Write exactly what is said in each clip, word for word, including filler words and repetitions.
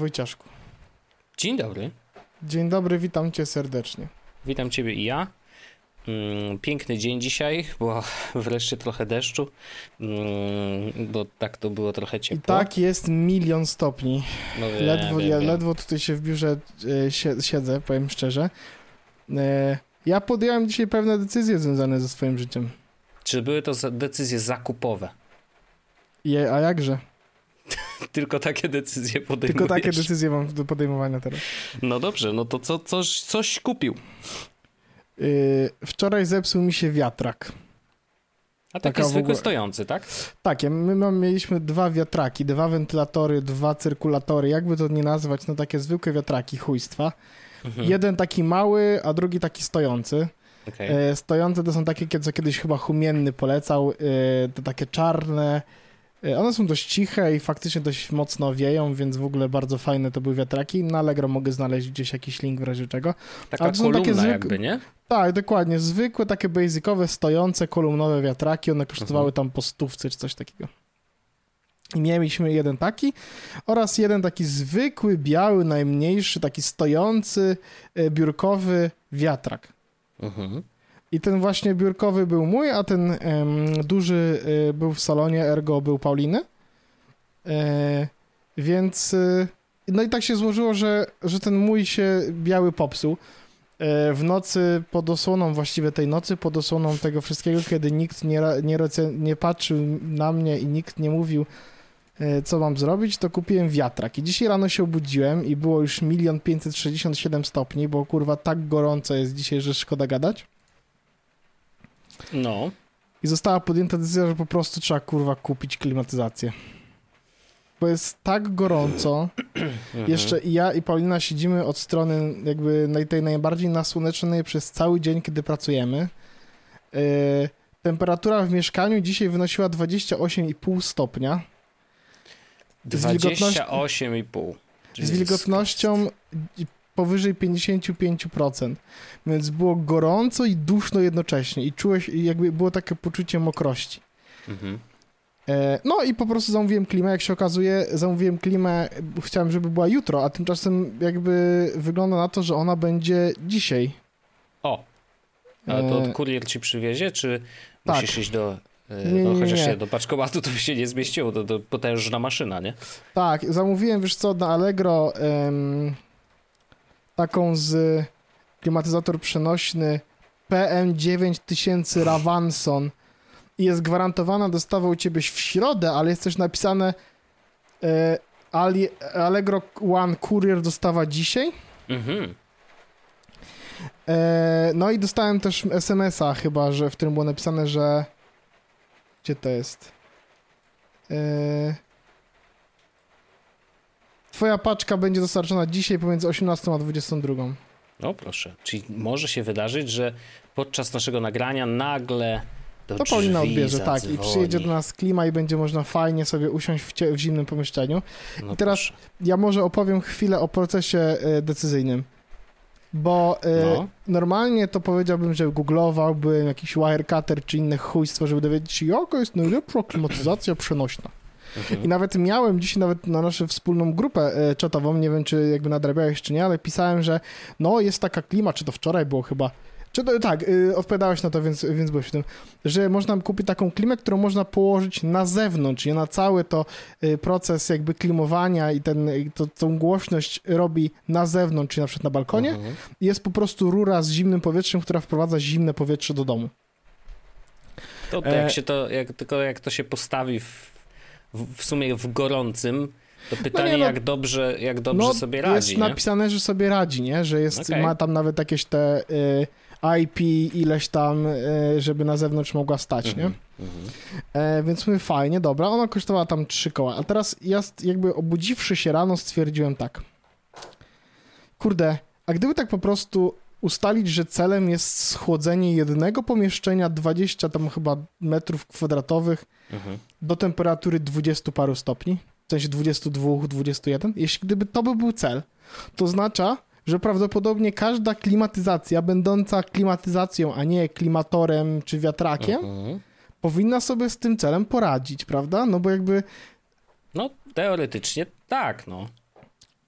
Wojciaszku. Dzień dobry. Dzień dobry, witam cię serdecznie. Witam ciebie i ja. Piękny dzień dzisiaj, bo wreszcie trochę deszczu, bo tak to było trochę ciepło. I tak jest milion stopni. No wiem, ledwo, wiem, ja wiem. ledwo tutaj się w biurze e, siedzę, powiem szczerze. E, ja podjąłem dzisiaj pewne decyzje związane ze swoim życiem. Czy były to decyzje zakupowe? Je, a jakże? Tylko takie decyzje podejmujesz? Tylko takie decyzje mam do podejmowania teraz. No dobrze, no to co, coś, coś kupił. Yy, wczoraj zepsuł mi się wiatrak. A taki Taka zwykły ogóle... stojący, tak? Tak, my mam, mieliśmy dwa wiatraki, dwa wentylatory, dwa cyrkulatory, jakby to nie nazwać, no takie zwykłe wiatraki chujstwa. Mhm. Jeden taki mały, a drugi taki stojący. Okay. Yy, stojące to są takie, co kiedyś chyba Humienny polecał, yy, te takie czarne. One są dość ciche i faktycznie dość mocno wieją, więc w ogóle bardzo fajne to były wiatraki. Na Allegro mogę znaleźć gdzieś jakiś link w razie czego. Taka kolumna takie zwyk... jakby, nie? Tak, dokładnie. Zwykłe, takie basicowe, stojące, kolumnowe wiatraki. One kosztowały uh-huh. tam po stówce czy coś takiego. I mieliśmy jeden taki oraz jeden taki zwykły, biały, najmniejszy, taki stojący, biurkowy wiatrak. Mhm. I ten właśnie biurkowy był mój, a ten um, duży y, był w salonie, ergo był Pauliny. E, więc y, no i tak się złożyło, że, że ten mój się biały popsuł. E, w nocy pod osłoną, właściwie tej nocy pod osłoną tego wszystkiego, kiedy nikt nie, nie, nie patrzył na mnie i nikt nie mówił, e, co mam zrobić, to kupiłem wiatrak. I dzisiaj rano się obudziłem i było już milion pięćset sześćdziesiąt siedem stopni, bo kurwa tak gorąco jest dzisiaj, że szkoda gadać. No. I została podjęta decyzja, że po prostu trzeba, kurwa, kupić klimatyzację. Bo jest tak gorąco. Jeszcze i ja, i Paulina siedzimy od strony jakby tej najbardziej nasłoneczonej przez cały dzień, kiedy pracujemy. Yy, temperatura w mieszkaniu dzisiaj wynosiła dwadzieścia osiem i pół stopnia. dwadzieścia osiem i pół. Z wilgotnością powyżej pięćdziesiąt pięć procent, więc było gorąco i duszno jednocześnie i czułeś, jakby było takie poczucie mokrości. Mhm. E, no i po prostu zamówiłem klimę, jak się okazuje, zamówiłem klimę, chciałem, żeby była jutro, a tymczasem jakby wygląda na to, że ona będzie dzisiaj. O, a to e... kurier ci przywiezie, czy tak. musisz iść do... Nie, no nie, chociaż nie. nie, do paczkomatu to by się nie zmieściło, to, to potężna maszyna, nie? Tak, zamówiłem, wiesz co, na Allegro em, taką z klimatyzator przenośny P M dziewięć tysięcy Ravanson i jest gwarantowana dostawa u ciebie w środę, ale jest też napisane e, Ali, Allegro One Courier dostawa dzisiaj. Mhm. E, no i dostałem też es em es a chyba, że w którym było napisane, że gdzie to jest? E, Twoja paczka będzie dostarczona dzisiaj pomiędzy osiemnastą a dwudziestą drugą. No proszę, czyli może się wydarzyć, że podczas naszego nagrania nagle do to Paulina odbierze, zadzwoni. tak, i przyjedzie do nas klima i będzie można fajnie sobie usiąść w, cie- w zimnym pomieszczeniu. No I teraz proszę. ja może opowiem chwilę o procesie y, decyzyjnym, bo y, no. normalnie to powiedziałbym, że googlowałbym jakiś Wirecutter czy inne chujstwo, żeby dowiedzieć się, jaka jest najlepsza klimatyzacja przenośna. Mhm. I nawet miałem dzisiaj nawet na naszą wspólną grupę czatową, nie wiem czy jakby nadrabiałeś czy nie, ale pisałem, że no jest taka klima, czy to wczoraj było chyba, czy to tak, yy, odpowiadałeś na to, więc, więc byłeś w tym, że można kupić taką klimę, którą można położyć na zewnątrz, nie na cały to yy, proces jakby klimowania i ten, to, tą głośność robi na zewnątrz, czyli na przykład na balkonie. Mhm. I jest po prostu rura z zimnym powietrzem, która wprowadza zimne powietrze do domu. To, to jak się to, jak, tylko jak to się postawi w W, w sumie w gorącym, to pytanie, no nie, no, jak dobrze, jak dobrze no, sobie radzi. Jest nie? napisane, że sobie radzi, nie? Że jest, okay. ma tam nawet jakieś te y, I P ileś tam, y, żeby na zewnątrz mogła stać, mm-hmm, nie? Mm-hmm. E, więc mówię, fajnie, dobra, ona kosztowała tam trzy koła. A teraz ja jakby obudziwszy się rano stwierdziłem tak. Kurde, a gdyby tak po prostu ustalić, że celem jest schłodzenie jednego pomieszczenia dwadzieścia tam chyba metrów kwadratowych mhm. do temperatury dwudziestu paru stopni, w sensie dwudziestu dwóch, dwudziestu jeden. Jeśli gdyby to by był cel, to oznacza, że prawdopodobnie każda klimatyzacja będąca klimatyzacją, a nie klimatorem czy wiatrakiem, mhm. powinna sobie z tym celem poradzić, prawda? No bo jakby... No teoretycznie tak, no.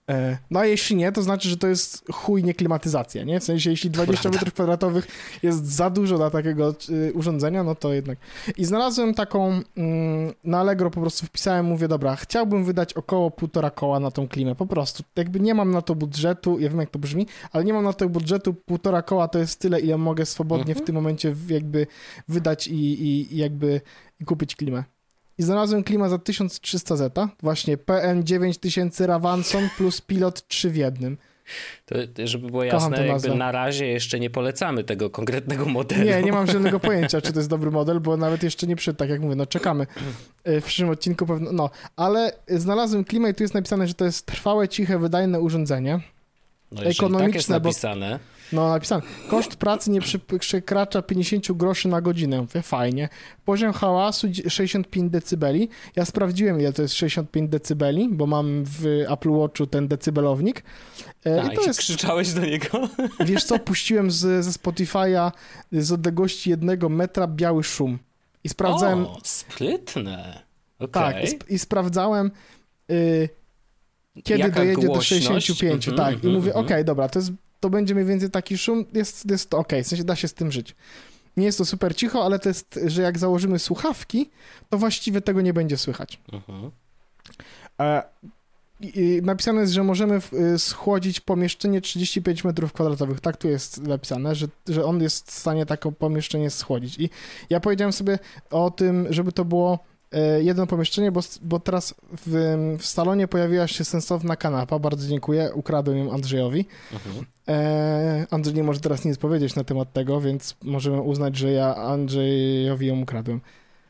No a jeśli nie, to znaczy, że to jest chuj nie klimatyzacja, nie? W sensie, jeśli dwadzieścia metrów kwadratowych jest za dużo dla takiego y, urządzenia, no to jednak. I znalazłem taką, mm, na Allegro po prostu wpisałem, mówię, dobra, chciałbym wydać około półtora koła na tą klimę, po prostu. Jakby nie mam na to budżetu, ja wiem jak to brzmi, ale nie mam na to budżetu, półtora koła to jest tyle, ile mogę swobodnie mhm. w tym momencie jakby wydać i, i, i jakby i kupić klimę. I znalazłem klima za tysiąc trzysta zeta, właśnie P N dziewięć tysięcy Ravanson plus Pilot trzy w jednym. To, żeby było jasne, jakby na razie jeszcze nie polecamy tego konkretnego modelu. Nie, nie mam żadnego pojęcia, czy to jest dobry model, bo nawet jeszcze nie przyszedł, tak jak mówię, no czekamy. W przyszłym odcinku pewno, no. Ale znalazłem klimę i tu jest napisane, że to jest trwałe, ciche, wydajne urządzenie. No ekonomiczne, tak jest napisane. Bo, no napisane. Koszt pracy nie przekracza pięćdziesiąt groszy na godzinę. Mówię, fajnie. Poziom hałasu sześćdziesiąt pięć decybeli. Ja sprawdziłem, ile to jest sześćdziesiąt pięć decybeli, bo mam w Apple Watchu ten decybelownik. E, A, i to jest... krzyczałeś do niego? Wiesz co, puściłem z, ze Spotify'a z odległości jednego metra biały szum. I sprawdzałem... O, sprytne. Okay. Tak, i, sp i sprawdzałem... Y kiedy Jaka dojedzie głośność? Do sześćdziesięciu pięciu, mm -hmm, tak. I mm -hmm. mówię, okej, okay, dobra, to, jest, to będzie mniej więcej taki szum, jest, jest to okej, okay, w sensie da się z tym żyć. Nie jest to super cicho, ale to jest, że jak założymy słuchawki, to właściwie tego nie będzie słychać. Mm -hmm. e, i napisane jest, że możemy w, y, schłodzić pomieszczenie trzydzieści pięć metrów kwadratowych. Tak tu jest napisane, że, że on jest w stanie takie pomieszczenie schłodzić. I ja powiedziałem sobie o tym, żeby to było jedno pomieszczenie, bo, bo teraz w, w salonie pojawiła się sensowna kanapa, bardzo dziękuję, ukradłem ją Andrzejowi. Mhm. E, Andrzej nie może teraz nic powiedzieć na temat tego, więc możemy uznać, że ja Andrzejowi ją ukradłem.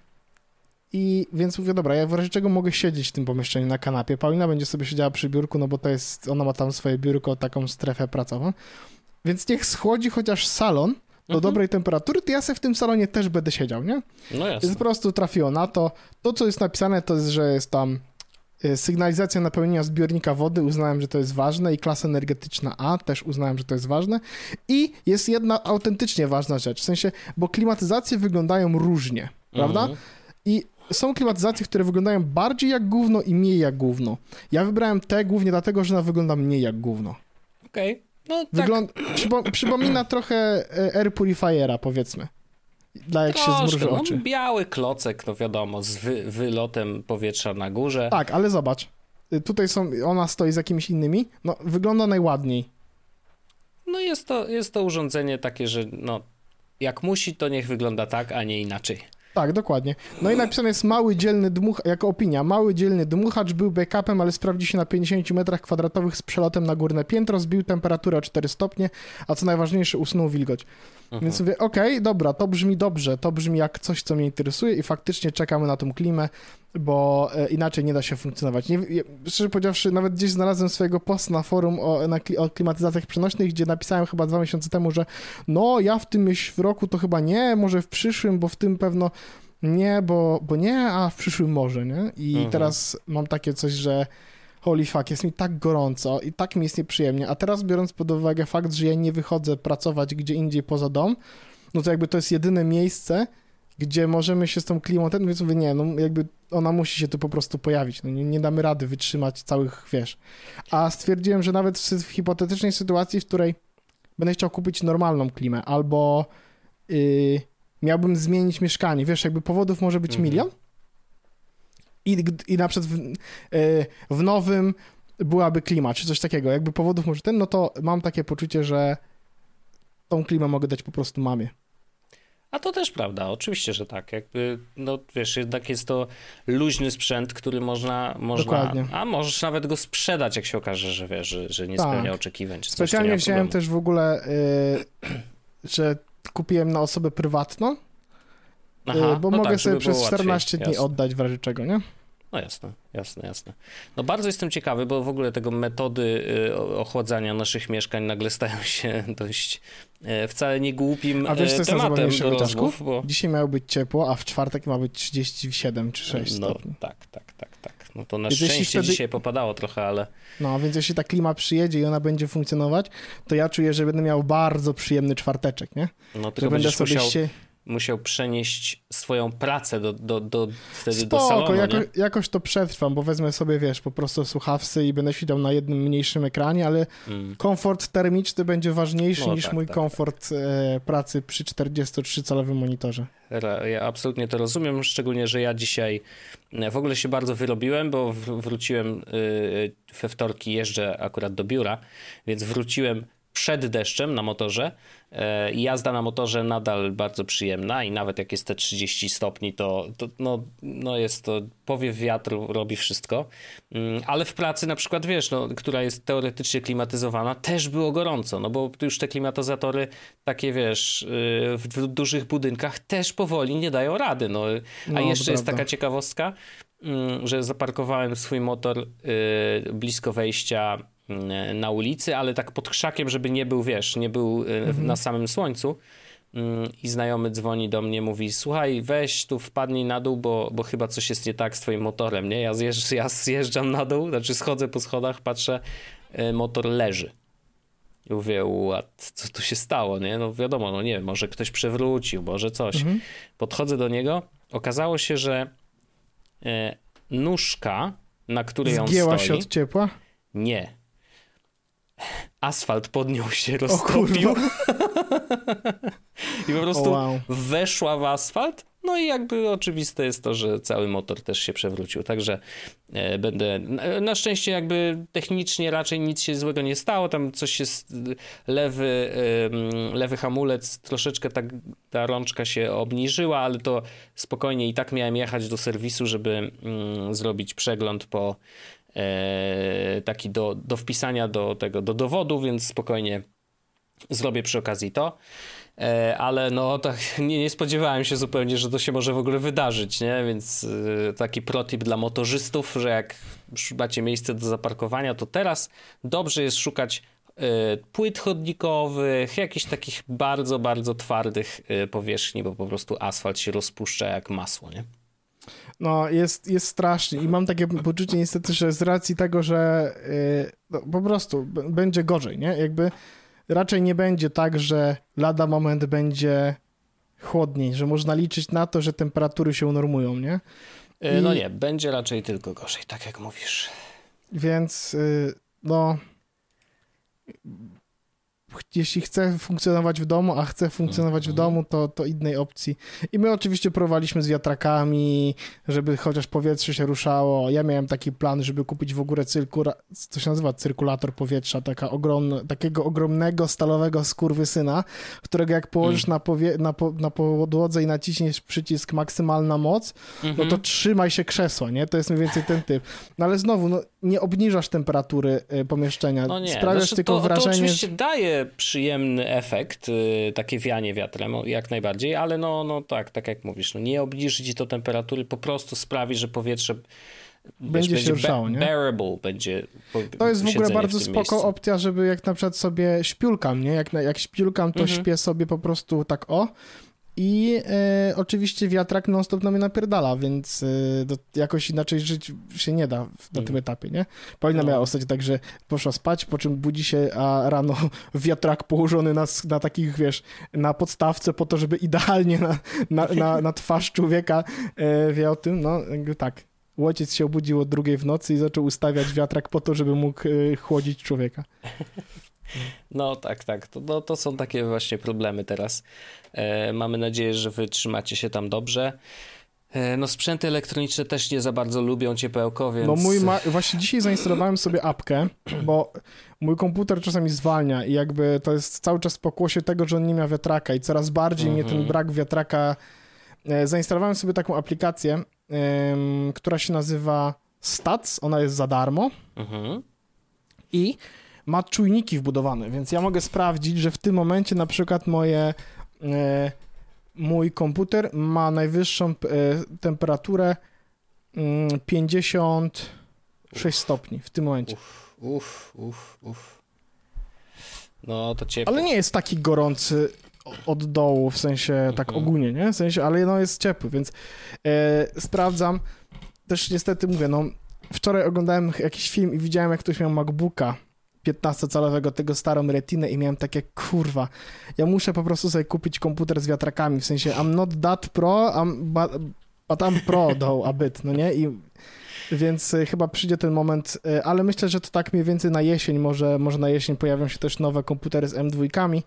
I więc mówię, dobra, ja w razie czego mogę siedzieć w tym pomieszczeniu na kanapie. Paulina będzie sobie siedziała przy biurku, no bo to jest, ona ma tam swoje biurko, taką strefę pracową. Więc niech schłodzi chociaż salon do mhm. dobrej temperatury, to ja sobie w tym salonie też będę siedział, nie? No jasne. Więc po prostu trafiło na to. To, co jest napisane, to jest, że jest tam sygnalizacja napełnienia zbiornika wody, uznałem, że to jest ważne i klasa energetyczna A, też uznałem, że to jest ważne. I jest jedna autentycznie ważna rzecz, w sensie, bo klimatyzacje wyglądają różnie, prawda? Mhm. I są klimatyzacje, które wyglądają bardziej jak gówno i mniej jak gówno. Ja wybrałem te głównie dlatego, że ona wygląda mniej jak gówno. Okej. Okay. No, Wygląd tak. Przypo przypomina trochę Air Purifiera, powiedzmy. Dla jak Troszkę, się zmruży oczy. No, biały klocek, no wiadomo, z wy wylotem powietrza na górze. Tak, ale zobacz. Tutaj są, ona stoi z jakimiś innymi. No, wygląda najładniej. No jest to, jest to urządzenie takie, że no, jak musi, to niech wygląda tak, a nie inaczej. Tak, dokładnie. No i napisane jest mały dzielny dmuchacz, jako opinia, mały dzielny dmuchacz był backupem, ale sprawdzi się na pięćdziesięciu metrach kwadratowych z przelotem na górne piętro, zbił temperaturę o cztery stopnie, a co najważniejsze, usunął wilgoć. Mhm. Więc mówię, okej, okay, dobra, to brzmi dobrze, to brzmi jak coś, co mnie interesuje i faktycznie czekamy na tą klimę, bo e, inaczej nie da się funkcjonować. Nie, szczerze powiedziawszy, nawet gdzieś znalazłem swojego posta na forum o, na, o klimatyzacjach przenośnych, gdzie napisałem chyba dwa miesiące temu, że no, ja w tym roku to chyba nie, może w przyszłym, bo w tym pewno nie, bo, bo nie, a w przyszłym może, nie? I mhm. teraz mam takie coś, że holy fuck, jest mi tak gorąco i tak mi jest nieprzyjemnie, a teraz biorąc pod uwagę fakt, że ja nie wychodzę pracować gdzie indziej poza dom, no to jakby to jest jedyne miejsce, gdzie możemy się z tą klimą, ten, więc mówię, nie, no jakby ona musi się tu po prostu pojawić, no nie, nie damy rady wytrzymać całych, wiesz. A stwierdziłem, że nawet w, w hipotetycznej sytuacji, w której będę chciał kupić normalną klimę, albo yy, miałbym zmienić mieszkanie, wiesz, jakby powodów może być mhm. milion, I, i na przykład w, yy, w nowym byłaby klima, czy coś takiego, jakby powodów może ten, no to mam takie poczucie, że tą klimę mogę dać po prostu mamie. A to też prawda, oczywiście, że tak, jakby, no wiesz, jednak jest to luźny sprzęt, który można, można a możesz nawet go sprzedać, jak się okaże, że wiesz, że, że nie tak. spełnia oczekiwań. Czy Specjalnie coś, wziąłem też w ogóle, yy, że kupiłem na osobę prywatną, Aha, bo no mogę tak, sobie przez czternaście łatwiej. dni jasne. oddać w razie czego, nie? No jasne, jasne, jasne. No bardzo jestem ciekawy, bo w ogóle tego metody ochładzania naszych mieszkań nagle stają się dość wcale nie głupim a wiesz, tematem do rozmów. Bo... Dzisiaj miało być ciepło, a w czwartek ma być trzydzieści siedem czy sześć no, stopni. Tak, tak, tak, tak. No to na więc szczęście wtedy... dzisiaj popadało trochę, ale... No, więc jeśli ta klima przyjedzie i ona będzie funkcjonować, to ja czuję, że będę miał bardzo przyjemny czwarteczek, nie? No tylko będę sobie musiał... się... musiał przenieść swoją pracę do, do, do, wtedy Spoko, do salonu, jako, nie? jakoś to przetrwam, bo wezmę sobie, wiesz, po prostu słuchawce i będę siedział na jednym mniejszym ekranie, ale mm. komfort termiczny będzie ważniejszy no, niż tak, mój tak, komfort tak. E, pracy przy czterdziestotrzycalowym monitorze. Ja absolutnie to rozumiem, szczególnie, że ja dzisiaj w ogóle się bardzo wyrobiłem, bo wróciłem we wtorki, jeżdżę akurat do biura, więc wróciłem przed deszczem na motorze i jazda na motorze nadal bardzo przyjemna i nawet jak jest te trzydzieści stopni, to, to no, no jest to, powiew wiatru robi wszystko, ale w pracy na przykład, wiesz, no, która jest teoretycznie klimatyzowana, też było gorąco, no bo już te klimatyzatory takie, wiesz, w dużych budynkach też powoli nie dają rady, no. A no, jeszcze jest taka ciekawostka, że zaparkowałem swój motor blisko wejścia na ulicy, ale tak pod krzakiem, żeby nie był, wiesz, nie był mhm. na samym słońcu i znajomy dzwoni do mnie, mówi, słuchaj, weź tu wpadnij na dół, bo, bo chyba coś jest nie tak z twoim motorem, nie? Ja, zjeżdż, ja zjeżdżam na dół, znaczy schodzę po schodach, patrzę, motor leży. I mówię, what? Co tu się stało, nie? No wiadomo, no nie wiem, może ktoś przewrócił, może coś. Mhm. Podchodzę do niego, okazało się, że e, nóżka, na której on stoi... Zgięła się od ciepła? Nie. Asfalt pod nią się roztopił i po prostu oh, wow. weszła w asfalt, no i jakby oczywiste jest to, że cały motor też się przewrócił, także e, będę, na szczęście jakby technicznie raczej nic się złego nie stało, tam coś jest, lewy, e, lewy hamulec, troszeczkę tak ta rączka się obniżyła, ale to spokojnie i tak miałem jechać do serwisu, żeby mm, zrobić przegląd po E, taki do, do wpisania do tego, do dowodu, więc spokojnie zrobię przy okazji to, e, ale no tak nie, nie spodziewałem się zupełnie, że to się może w ogóle wydarzyć, nie, więc e, taki protip dla motorzystów, że jak macie miejsce do zaparkowania, to teraz dobrze jest szukać e, płyt chodnikowych, jakichś takich bardzo, bardzo twardych e, powierzchni, bo po prostu asfalt się rozpuszcza jak masło, nie? No, jest, jest strasznie i mam takie poczucie niestety, że z racji tego, że yy, no, po prostu b- będzie gorzej, nie? Jakby raczej nie będzie tak, że lada moment będzie chłodniej, że można liczyć na to, że temperatury się unormują, nie? I... No nie, będzie raczej tylko gorzej, tak jak mówisz. Więc yy, no... Jeśli chce funkcjonować w domu, a chce funkcjonować w domu, to, to innej opcji. I my oczywiście próbowaliśmy z wiatrakami, żeby chociaż powietrze się ruszało. Ja miałem taki plan, żeby kupić w ogóle cyrkula... co się nazywa cyrkulator powietrza, taka ogromna, takiego ogromnego stalowego skurwysyna, którego jak położysz mm. na, powie... na, po... na podłodze i naciśniesz przycisk maksymalna moc, mm-hmm. no to trzymaj się krzesła, nie? To jest mniej więcej ten typ. No ale znowu, no, nie obniżasz temperatury y, pomieszczenia. No nie, Sprawiasz znaczy, tylko to, wrażenie... To oczywiście daje przyjemny efekt, yy, takie wianie wiatrem, jak najbardziej, ale no, no tak, tak jak mówisz, no nie obniży ci to temperatury, po prostu sprawi, że powietrze będzie wiesz, się będzie ruszało, ba- nie? bearable będzie. Po, to jest w ogóle bardzo w spoko miejscu. opcja, żeby jak na przykład sobie śpiulkam, nie? Jak, jak śpiulkam, to mhm. śpię sobie po prostu tak o. I e, oczywiście wiatrak non-stop na mnie napierdala, więc e, do, jakoś inaczej żyć się nie da na mm. tym etapie, nie? Paulina no. miała ostatnio tak, że poszła spać, po czym budzi się, a rano wiatrak położony na, na takich, wiesz, na podstawce po to, żeby idealnie na, na, na, na twarz człowieka e, wie o tym, no jakby tak. Ojciec się obudził o drugiej w nocy i zaczął ustawiać wiatrak po to, żeby mógł e, chłodzić człowieka. No tak, tak. To, no, to są takie właśnie problemy teraz. E, mamy nadzieję, że wytrzymacie się tam dobrze. E, no sprzęty elektroniczne też nie za bardzo lubią ciepełko, więc... No mój ma... Właśnie dzisiaj zainstalowałem sobie apkę, bo mój komputer czasami zwalnia i jakby to jest cały czas w pokłosie tego, że on nie ma wiatraka i coraz bardziej mm-hmm. mnie ten brak wiatraka... E, zainstalowałem sobie taką aplikację, e, która się nazywa Stats, ona jest za darmo mm-hmm. i ma czujniki wbudowane, więc ja mogę sprawdzić, że w tym momencie na przykład moje, e, mój komputer ma najwyższą e, temperaturę e, pięćdziesiąt sześć uf. stopni w tym momencie. Uf, uf, uf, uf. No to ciepło. Ale nie jest taki gorący od dołu, w sensie mhm. tak ogólnie, nie? W sensie, ale no jest ciepły, więc e, sprawdzam. Też niestety mówię, no wczoraj oglądałem jakiś film i widziałem, jak ktoś miał MacBooka piętnastocalowego tego starą retinę i miałem takie, kurwa, ja muszę po prostu sobie kupić komputer z wiatrakami, w sensie I'm not that pro, I'm, but, but I'm pro though a bit, no nie? I więc chyba przyjdzie ten moment, ale myślę, że to tak mniej więcej na jesień, może, może na jesień pojawią się też nowe komputery z M dwa.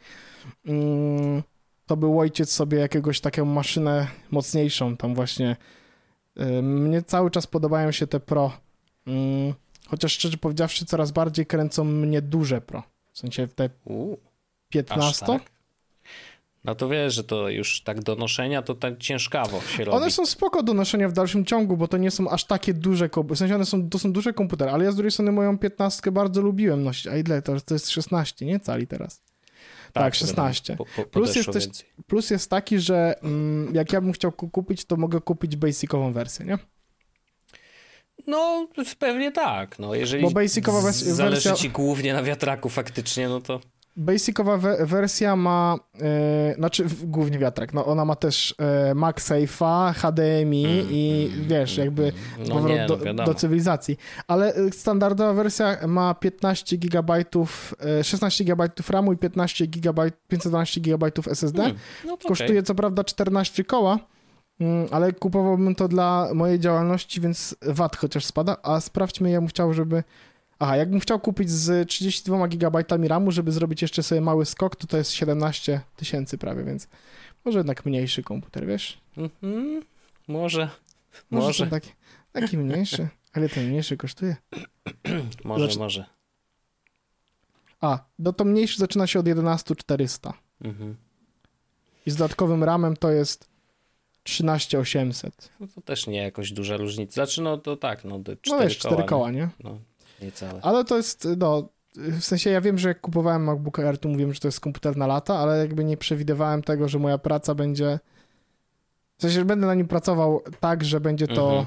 To był ojciec sobie jakiegoś taką maszynę mocniejszą, tam właśnie. Mnie cały czas podobają się te Pro. Chociaż szczerze powiedziawszy, coraz bardziej kręcą mnie duże Pro. W sensie te piętnaście. Tak? No to wiesz, że to już tak do noszenia to tak ciężkawo się robi. One są spoko do noszenia w dalszym ciągu, bo to nie są aż takie duże komputery. W sensie one są, to są duże komputery, ale ja z drugiej strony moją piętnastkę bardzo lubiłem nosić. A ile? To, to jest szesnaście, nie? Cali teraz. Tak, tak szesnaście. Po, po, plus, jest też, plus jest taki, że mm, jak ja bym chciał kupić, to mogę kupić basicową wersję, nie? No, pewnie tak. No, jeżeli bo basicowa wersja, zależy ci głównie na wiatraku faktycznie, no to... Basicowa we wersja ma, yy, znaczy głównie wiatrak, no ona ma też yy, MagSafe'a, H D M I mm, i mm, wiesz, jakby no powrót nie, do, no do cywilizacji. Ale standardowa wersja ma piętnaście gigabajtów, yy, szesnaście gigabajtów ramu i piętnaście gigabajtów, pięćset dwanaście gigabajtów S S D. Mm, no Kosztuje okay. co prawda czternaście koła, yy, ale kupowałbym to dla mojej działalności, więc wat chociaż spada, a sprawdźmy, ja bym chciał, żeby... Aha, jakbym chciał kupić z trzydzieści dwa gigabajtami ramu, żeby zrobić jeszcze sobie mały skok, to to jest siedemnaście tysięcy prawie, więc może jednak mniejszy komputer, wiesz? Mm-hmm. Może, może. może. Taki, taki mniejszy, ale ten mniejszy kosztuje. może, Zacz... może. A, no to mniejszy zaczyna się od jedenaście tysięcy czterysta. Mm-hmm. I z dodatkowym ramem to jest trzynaście tysięcy osiemset. No to też nie jakoś duża różnica. Znaczy, no to tak, no cztery no wiesz, cztery koła, nie? No. Niecałe. Ale to jest, no, w sensie ja wiem, że jak kupowałem MacBook Air, to mówiłem, że to jest komputer na lata, ale jakby nie przewidywałem tego, że moja praca będzie, w sensie, że będę na nim pracował tak, że będzie to, mhm.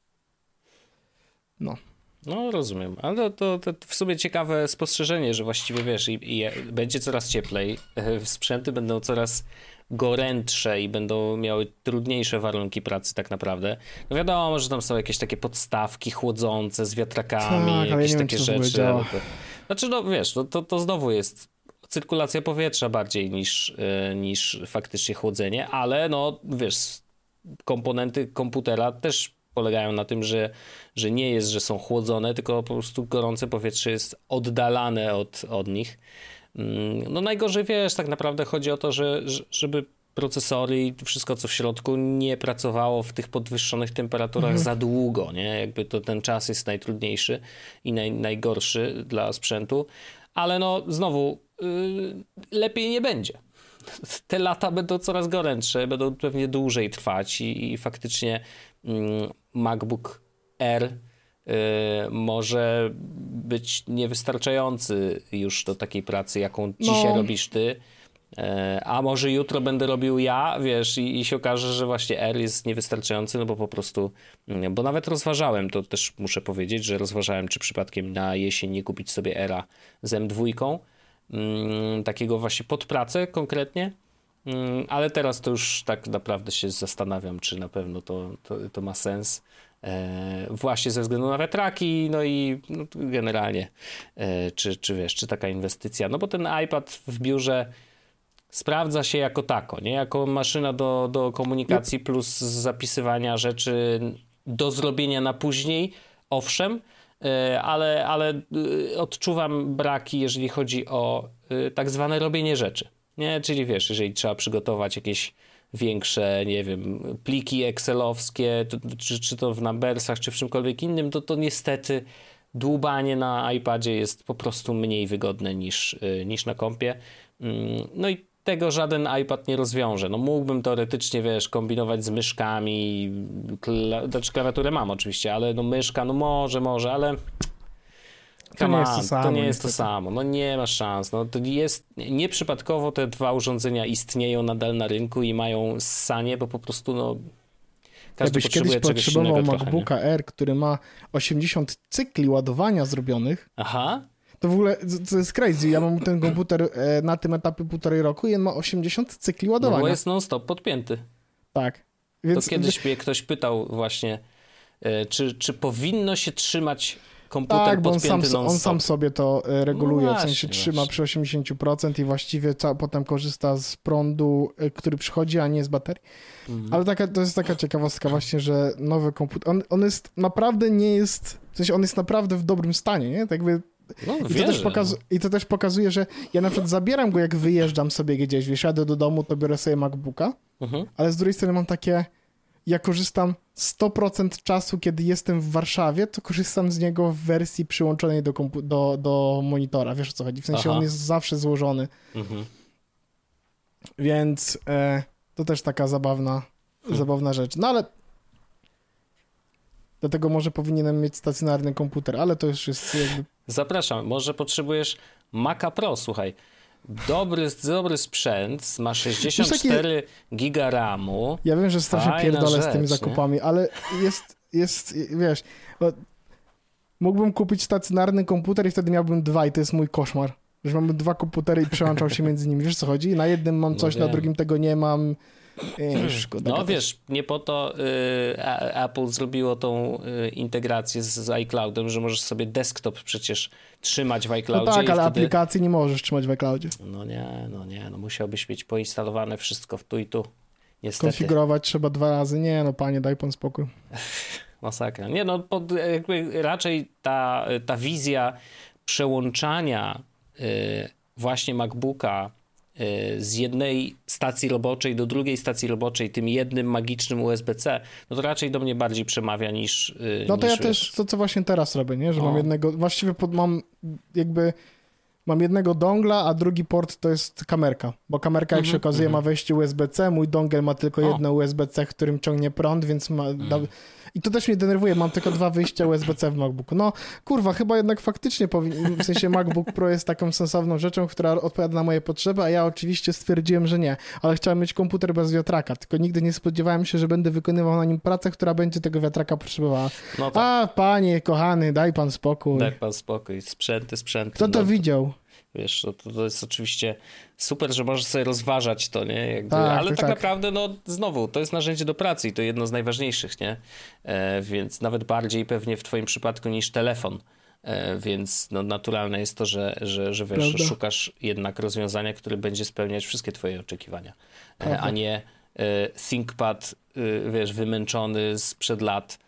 no. No, rozumiem, ale to, to, to w sumie ciekawe spostrzeżenie, że właściwie wiesz, i, i będzie coraz cieplej, sprzęty będą coraz gorętsze i będą miały trudniejsze warunki pracy tak naprawdę. No wiadomo, że tam są jakieś takie podstawki chłodzące z wiatrakami, tak, jakieś nie takie wiem, rzeczy. To, znaczy, no wiesz, no, to, to znowu jest cyrkulacja powietrza bardziej niż, yy, niż faktycznie chłodzenie, ale no wiesz, komponenty komputera też polegają na tym, że, że nie jest, że są chłodzone, tylko po prostu gorące powietrze jest oddalane od, od nich. No najgorzej, wiesz, tak naprawdę chodzi o to, że, żeby procesory i wszystko, co w środku nie pracowało w tych podwyższonych temperaturach mhm. za długo, nie? Jakby to ten czas jest najtrudniejszy i naj, najgorszy dla sprzętu, ale no znowu yy, lepiej nie będzie. Te lata będą coraz gorętsze, będą pewnie dłużej trwać i, i faktycznie yy, MacBook Air Yy, może być niewystarczający już do takiej pracy, jaką dzisiaj no. robisz ty, yy, a może jutro będę robił ja, wiesz, i, i się okaże, że właśnie R jest niewystarczający, no bo po prostu, yy, bo nawet rozważałem, to też muszę powiedzieć, że rozważałem, czy przypadkiem na jesień nie kupić sobie Era z M dwa, yy, takiego właśnie pod pracę konkretnie, yy, ale teraz to już tak naprawdę się zastanawiam, czy na pewno to, to, to ma sens. E, właśnie ze względu na wiatraki, no i no, generalnie e, czy, czy wiesz, czy taka inwestycja, no bo ten iPad w biurze sprawdza się jako tako, nie? Jako maszyna do, do komunikacji plus zapisywania rzeczy do zrobienia na później, owszem, e, ale, ale odczuwam braki, jeżeli chodzi o e, tak zwane robienie rzeczy, nie? Czyli wiesz, jeżeli trzeba przygotować jakieś większe, nie wiem, pliki excelowskie, to, czy, czy to w Numbersach, czy w czymkolwiek innym, to, to niestety dłubanie na iPadzie jest po prostu mniej wygodne niż, niż na kompie. No i tego żaden iPad nie rozwiąże. No mógłbym teoretycznie, wiesz, kombinować z myszkami, kla... znaczy klawiaturę mam oczywiście, ale no myszka, no może, może, ale... To nie, jest to, samo, to nie jest to samo, no nie ma szans. No, to jest, nieprzypadkowo te dwa urządzenia istnieją nadal na rynku i mają ssanie, bo po prostu no każdy Jakbyś potrzebuje kiedyś czegoś potrzebował innego MacBooka trochę, Air, który ma osiemdziesiąt cykli ładowania zrobionych, aha, to w ogóle to jest crazy. Ja mam ten komputer na tym etapie półtorej roku i on ma osiemdziesiąt cykli ładowania. No bo jest non-stop podpięty. Tak. Więc... To kiedyś mnie ktoś pytał właśnie, czy, czy powinno się trzymać komputer tak, bo on sam, podpięty on sam sobie to reguluje, no właśnie, w sensie trzyma właśnie. przy osiemdziesiąt procent i właściwie ca- potem korzysta z prądu, który przychodzi, a nie z baterii. Mhm. Ale taka, to jest taka ciekawostka właśnie, że nowy komputer, on, on jest naprawdę nie jest, w sensie on jest naprawdę w dobrym stanie, nie? Tak jakby no, I, to wierzę, też pokazu- no. I to też pokazuje, że ja na przykład zabieram go, jak wyjeżdżam sobie gdzieś, wiesz, jadę do domu, to biorę sobie MacBooka, mhm. ale z drugiej strony mam takie, ja korzystam sto procent czasu, kiedy jestem w Warszawie, to korzystam z niego w wersji przyłączonej do, kompu- do, do monitora, wiesz o co chodzi, w sensie Aha. on jest zawsze złożony. Mhm. Więc e, to też taka zabawna, hmm. zabawna rzecz. No ale dlatego może powinienem mieć stacjonarny komputer, ale to już jest jakby... Zapraszam, może potrzebujesz Maca Pro, słuchaj. Dobry, dobry sprzęt, ma sześćdziesiąt cztery taki... giga ramu. Ja wiem, że strasznie pierdolę z tymi zakupami, nie? Ale jest, jest, wiesz, mógłbym kupić stacjonarny komputer i wtedy miałbym dwa i to jest mój koszmar. Że mam dwa komputery i przełączał się między nimi. Wiesz co chodzi? Na jednym mam coś, no na drugim tego nie mam. Ej, szkoda no wiesz, nie po to y, Apple zrobiło tą y, integrację z, z iCloudem, że możesz sobie desktop przecież trzymać w iCloudzie. No tak, ale wtedy... aplikacji nie możesz trzymać w iCloudzie. No nie, no nie, no musiałbyś mieć poinstalowane wszystko w tu i tu. Niestety. Konfigurować trzeba dwa razy. Nie, no panie, daj pan spokój. Masakra. Nie, no pod, jakby raczej ta, ta wizja przełączania y, właśnie MacBooka z jednej stacji roboczej do drugiej stacji roboczej tym jednym magicznym U S B C, no to raczej do mnie bardziej przemawia niż... No to niż ja też to, co właśnie teraz robię, nie? Że o. mam jednego, właściwie pod, mam jakby, mam jednego dongla, a drugi port to jest kamerka, bo kamerka, jak mm-hmm, się okazuje, mm-hmm. ma wejście U S B C, mój dongle ma tylko o. jedno U S B C, którym ciągnie prąd, więc ma... Mm. Da, I to też mnie denerwuje, mam tylko dwa wyjścia U S B C w MacBooku. No, kurwa, chyba jednak faktycznie powinien, w sensie MacBook Pro jest taką sensowną rzeczą, która odpowiada na moje potrzeby, a ja oczywiście stwierdziłem, że nie, ale chciałem mieć komputer bez wiatraka, tylko nigdy nie spodziewałem się, że będę wykonywał na nim pracę, która będzie tego wiatraka potrzebowała. No tak. A, panie, kochany, daj pan spokój. Daj pan spokój, sprzęty, sprzęty. Kto to no, widział? Wiesz, to, to jest oczywiście super, że możesz sobie rozważać to, nie? Jakby, tak, ale tak, tak naprawdę, no znowu, to jest narzędzie do pracy i to jedno z najważniejszych, nie? E, więc nawet bardziej pewnie w twoim przypadku niż telefon. E, więc no, naturalne jest to, że, że, że wiesz, że szukasz jednak rozwiązania, które będzie spełniać wszystkie twoje oczekiwania, e, a nie e, ThinkPad, e, wiesz, wymęczony sprzed lat,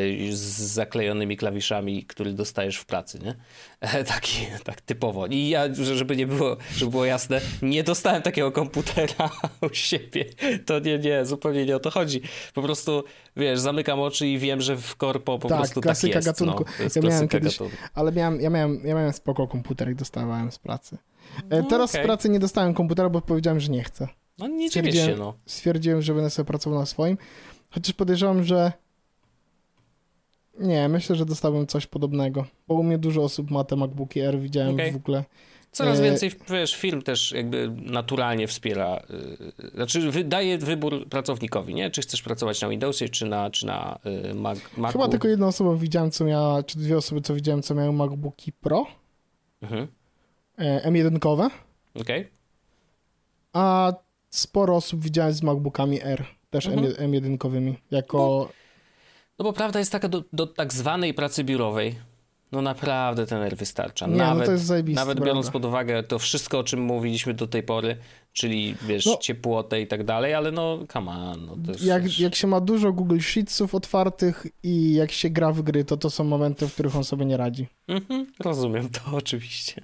z zaklejonymi klawiszami, który dostajesz w pracy, nie? Taki, tak typowo. I ja, żeby nie było, żeby było jasne, nie dostałem takiego komputera u siebie. To nie, nie, zupełnie nie o to chodzi. Po prostu, wiesz, zamykam oczy i wiem, że w korpo po tak, prostu tak jest. Gatunku. No, to jest ja miałem kiedyś, gatunku. Ale miałem, ja, miałem, ja miałem spoko komputer, jak dostawałem z pracy. No, Teraz okay. z pracy nie dostałem komputera, bo powiedziałem, że nie chcę. No nie dziwię się, no. Stwierdziłem, że będę sobie pracował na swoim. Chociaż podejrzewam, że nie, myślę, że dostałbym coś podobnego, bo u mnie dużo osób ma te MacBooki Air, widziałem okay. w ogóle. Coraz więcej, wiesz, firm też jakby naturalnie wspiera, yy, znaczy daje wybór pracownikowi, nie? Czy chcesz pracować na Windowsie, czy na, czy na yy, Mac, Macu. Chyba tylko jedna osoba widziałem, co miała, czy dwie osoby, co widziałem, co miały MacBooki Pro, mhm. yy, M jeden-kowe, okay. a sporo osób widziałem z MacBookami Air, też mhm. M jeden-kowymi, jako... No. No bo prawda jest taka, do, do tak zwanej pracy biurowej, no naprawdę ten R wystarcza. Nie, nawet no to jest zajebiste, nawet prawda. biorąc pod uwagę to wszystko, o czym mówiliśmy do tej pory, czyli wiesz, no, ciepłotę i tak dalej, ale no come on. No to jest, jak, wiesz... jak się ma dużo Google Sheetsów otwartych i jak się gra w gry, to to są momenty, w których on sobie nie radzi. Mhm, rozumiem to oczywiście.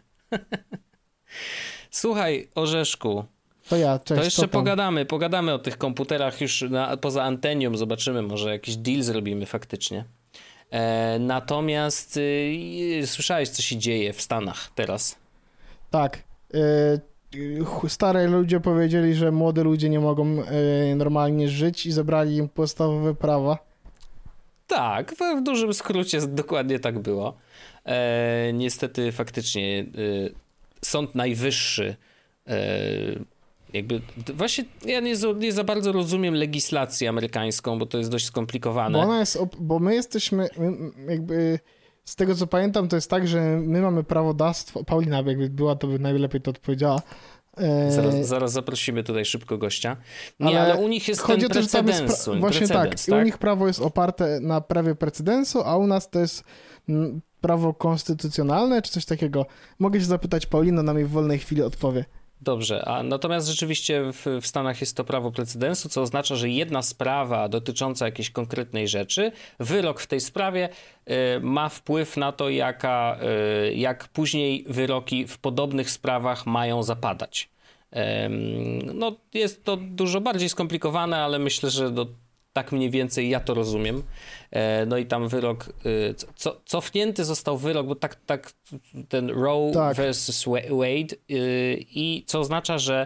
Słuchaj, Orzeszku. To ja, cześć. To jeszcze pogadamy, pogadamy o tych komputerach już na, poza antenią, zobaczymy, może jakiś deal zrobimy faktycznie. E, natomiast y, słyszałeś, co się dzieje w Stanach teraz? Tak. Y, stare ludzie powiedzieli, że młodzi ludzie nie mogą y, normalnie żyć i zabrali im podstawowe prawa. Tak, w, w dużym skrócie dokładnie tak było. E, niestety faktycznie y, Sąd Najwyższy y, jakby, właśnie ja nie, nie za bardzo rozumiem legislację amerykańską, bo to jest dość skomplikowane. Bo ona jest, bo my jesteśmy, jakby z tego co pamiętam, to jest tak, że my mamy prawodawstwo, Paulina jakby była, to by najlepiej to odpowiedziała. Zaraz, zaraz zaprosimy tutaj szybko gościa. Nie, ale, ale u nich jest ten precedens. Pra- właśnie precedens, tak, tak, u nich prawo jest oparte na prawie precedensu, a u nas to jest prawo konstytucjonalne, czy coś takiego? Mogę się zapytać, Paulina nam w wolnej chwili odpowie. Dobrze, a natomiast rzeczywiście w, w Stanach jest to prawo precedensu, co oznacza, że jedna sprawa dotycząca jakiejś konkretnej rzeczy, wyrok w tej sprawie y, ma wpływ na to, jaka, y, jak później wyroki w podobnych sprawach mają zapadać. Y, no, jest to dużo bardziej skomplikowane, ale myślę, że do tak mniej więcej ja to rozumiem. No i tam wyrok, co, cofnięty został wyrok, bo tak, tak ten Roe tak. versus Wade i co oznacza, że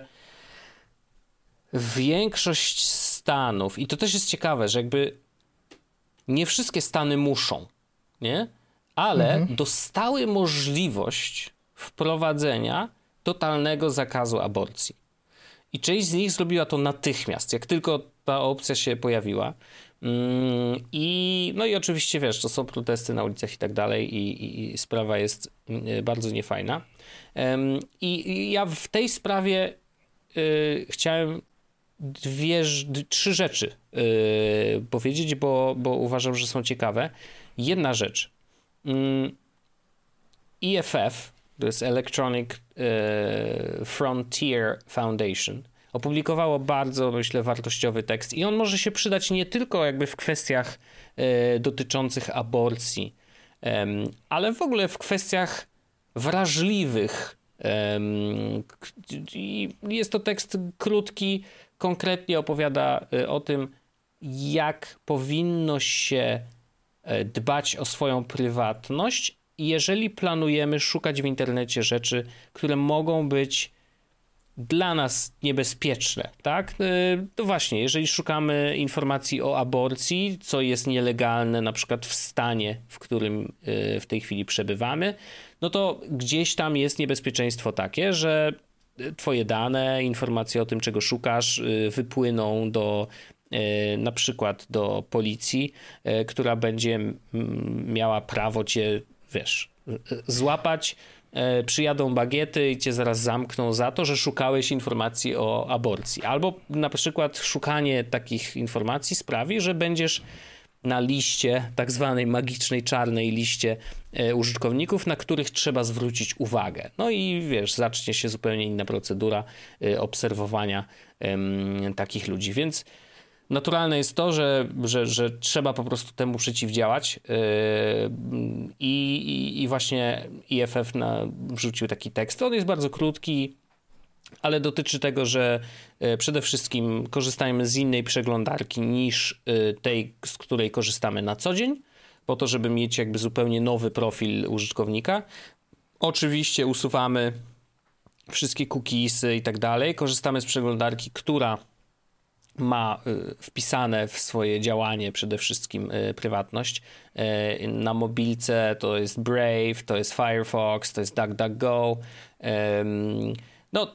większość stanów, i to też jest ciekawe, że jakby nie wszystkie stany muszą, nie? Ale mhm. dostały możliwość wprowadzenia totalnego zakazu aborcji. I część z nich zrobiła to natychmiast, jak tylko ta opcja się pojawiła. I no i oczywiście, wiesz, to są protesty na ulicach i tak dalej i, i sprawa jest bardzo niefajna. I, i ja w tej sprawie y, chciałem dwie, trzy rzeczy y, powiedzieć, bo, bo uważam, że są ciekawe. Jedna rzecz. E F F, to jest Electronic y, Frontier Foundation, opublikowało bardzo, myślę, wartościowy tekst i on może się przydać nie tylko jakby w kwestiach y, dotyczących aborcji, um, ale w ogóle w kwestiach wrażliwych. Um, i jest to tekst krótki, konkretnie opowiada y, o tym, jak powinno się y, dbać o swoją prywatność, jeżeli planujemy szukać w internecie rzeczy, które mogą być dla nas niebezpieczne, tak? To właśnie, jeżeli szukamy informacji o aborcji, co jest nielegalne na przykład w stanie, w którym w tej chwili przebywamy, no to gdzieś tam jest niebezpieczeństwo takie, że twoje dane, informacje o tym, czego szukasz, wypłyną do na przykład do policji, która będzie miała prawo cię, wiesz, złapać, przyjadą bagiety i cię zaraz zamkną za to, że szukałeś informacji o aborcji. Albo na przykład szukanie takich informacji sprawi, że będziesz na liście, tak zwanej magicznej, czarnej liście użytkowników, na których trzeba zwrócić uwagę. No i wiesz, zacznie się zupełnie inna procedura obserwowania um, takich ludzi. Więc naturalne jest to, że, że, że trzeba po prostu temu przeciwdziałać yy, i, i właśnie E F F na, wrzucił taki tekst. On jest bardzo krótki, ale dotyczy tego, że yy, przede wszystkim korzystajmy z innej przeglądarki niż yy, tej, z której korzystamy na co dzień, po to, żeby mieć jakby zupełnie nowy profil użytkownika. Oczywiście usuwamy wszystkie cookiesy i tak dalej. Korzystamy z przeglądarki, która ma wpisane w swoje działanie przede wszystkim prywatność. Na mobilce to jest Brave, to jest Firefox, to jest DuckDuckGo. No,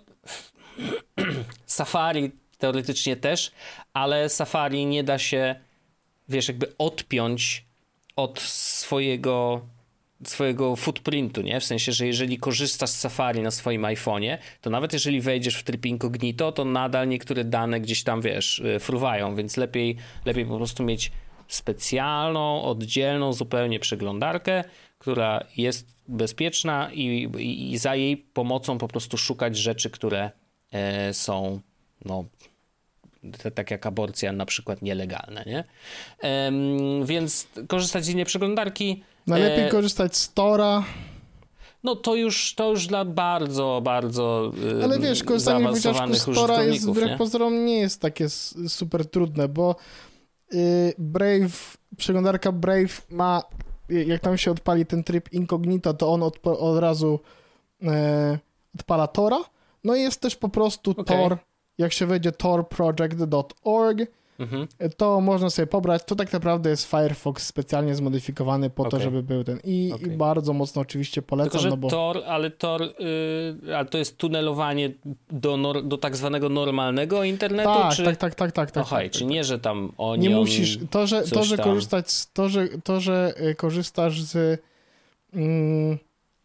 Safari teoretycznie też, ale Safari nie da się, wiesz, jakby odpiąć od swojego swojego footprintu, nie? W sensie, że jeżeli korzystasz z Safari na swoim iPhone'ie, to nawet jeżeli wejdziesz w tryb incognito, to nadal niektóre dane gdzieś tam, wiesz, fruwają, więc lepiej, lepiej po prostu mieć specjalną, oddzielną zupełnie przeglądarkę, która jest bezpieczna i, i, i za jej pomocą po prostu szukać rzeczy, które e, są, no, tak jak aborcja, na przykład nielegalne, nie? Ehm, więc korzystać z innej przeglądarki. Najlepiej e... korzystać z Tora. No to już, to już dla bardzo, bardzo Ale wiesz, korzystanie chociażby z Tora jest wbrew pozorom nie jest takie super trudne, bo yy, Brave, przeglądarka Brave ma, jak tam się odpali ten tryb incognito, to on odpa- od razu yy, odpala Tora. No i jest też po prostu okay. Tor. Jak się wejdzie tor project dot org, mhm. to można sobie pobrać. To tak naprawdę jest Firefox specjalnie zmodyfikowany po okay. to, żeby był ten. I, okay. i bardzo mocno oczywiście polecam. Tylko, że no bo... Tor, ale Tor, yy, ale to jest tunelowanie do, nor- do tak zwanego normalnego internetu? Tak, czy... tak, tak, tak, tak. tak, Ochaj, tak, czy tak, nie, że tam oni. Nie musisz. To, że, to, że korzystać z, to, że, to, że korzystasz z mm,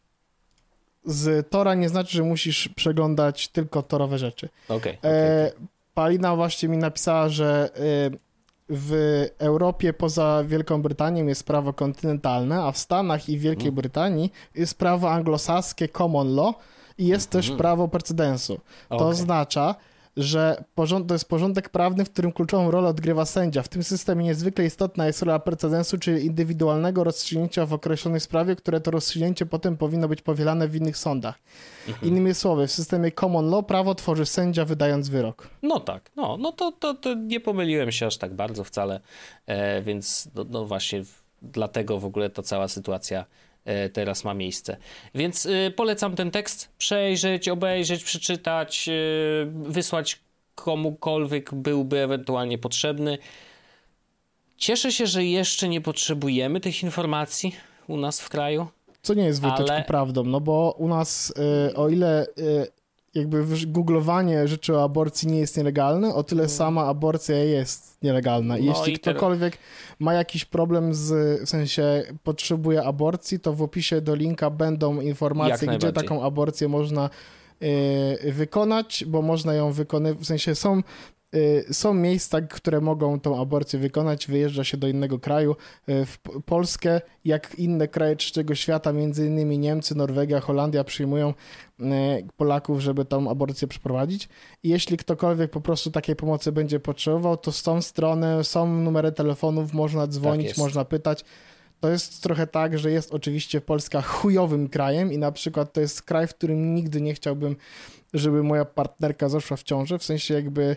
z Tora nie znaczy, że musisz przeglądać tylko torowe rzeczy. Okay, okay, e, okay. Palina właśnie mi napisała, że w Europie poza Wielką Brytanią jest prawo kontynentalne, a w Stanach i w Wielkiej Brytanii jest prawo anglosaskie common law i jest też prawo precedensu. To okay. oznacza, że porząd- to jest porządek prawny, w którym kluczową rolę odgrywa sędzia. W tym systemie niezwykle istotna jest rola precedensu, czyli indywidualnego rozstrzygnięcia w określonej sprawie, które to rozstrzygnięcie potem powinno być powielane w innych sądach. Mhm. Innymi słowy, w systemie common law prawo tworzy sędzia, wydając wyrok. No tak, no, no to, to, to nie pomyliłem się aż tak bardzo wcale, e, więc no, no właśnie w, dlatego w ogóle ta cała sytuacja teraz ma miejsce. Więc y, polecam ten tekst przejrzeć, obejrzeć, przeczytać, y, wysłać komukolwiek byłby ewentualnie potrzebny. Cieszę się, że jeszcze nie potrzebujemy tych informacji u nas w kraju. Co nie jest wytyczką ale... prawdą, no bo u nas y, o ile y, jakby googlowanie rzeczy o aborcji nie jest nielegalne, o tyle sama aborcja jest nielegalna. I no jeśli i ktokolwiek teraz... ma jakiś problem z, w sensie potrzebuje aborcji, to w opisie do linka będą informacje, gdzie taką aborcję można y, wykonać, bo można ją wykonywać, w sensie są Są miejsca, które mogą tą aborcję wykonać, wyjeżdża się do innego kraju. W Polskę, jak inne kraje trzeciego świata, między innymi Niemcy, Norwegia, Holandia przyjmują Polaków, żeby tą aborcję przeprowadzić. I jeśli ktokolwiek po prostu takiej pomocy będzie potrzebował, to z tą stronę są numery telefonów, można dzwonić, tak można pytać. To jest trochę tak, że jest oczywiście Polska chujowym krajem i na przykład to jest kraj, w którym nigdy nie chciałbym, żeby moja partnerka zaszła w ciążę, w sensie jakby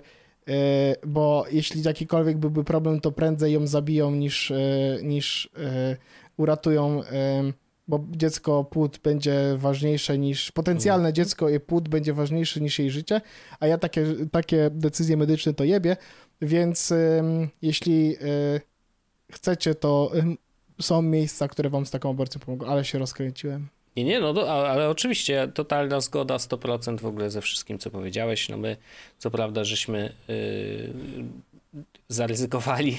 bo jeśli jakikolwiek byłby problem, to prędzej ją zabiją niż, niż uratują, bo dziecko, płód będzie ważniejsze niż, potencjalne dziecko i płód będzie ważniejszy niż jej życie, a ja takie, takie decyzje medyczne to jebie, więc jeśli chcecie, to są miejsca, które wam z taką aborcją pomogą, ale się rozkręciłem. Nie, nie, no to, ale oczywiście totalna zgoda, sto procent w ogóle ze wszystkim, co powiedziałeś. No my, co prawda, żeśmy yy, zaryzykowali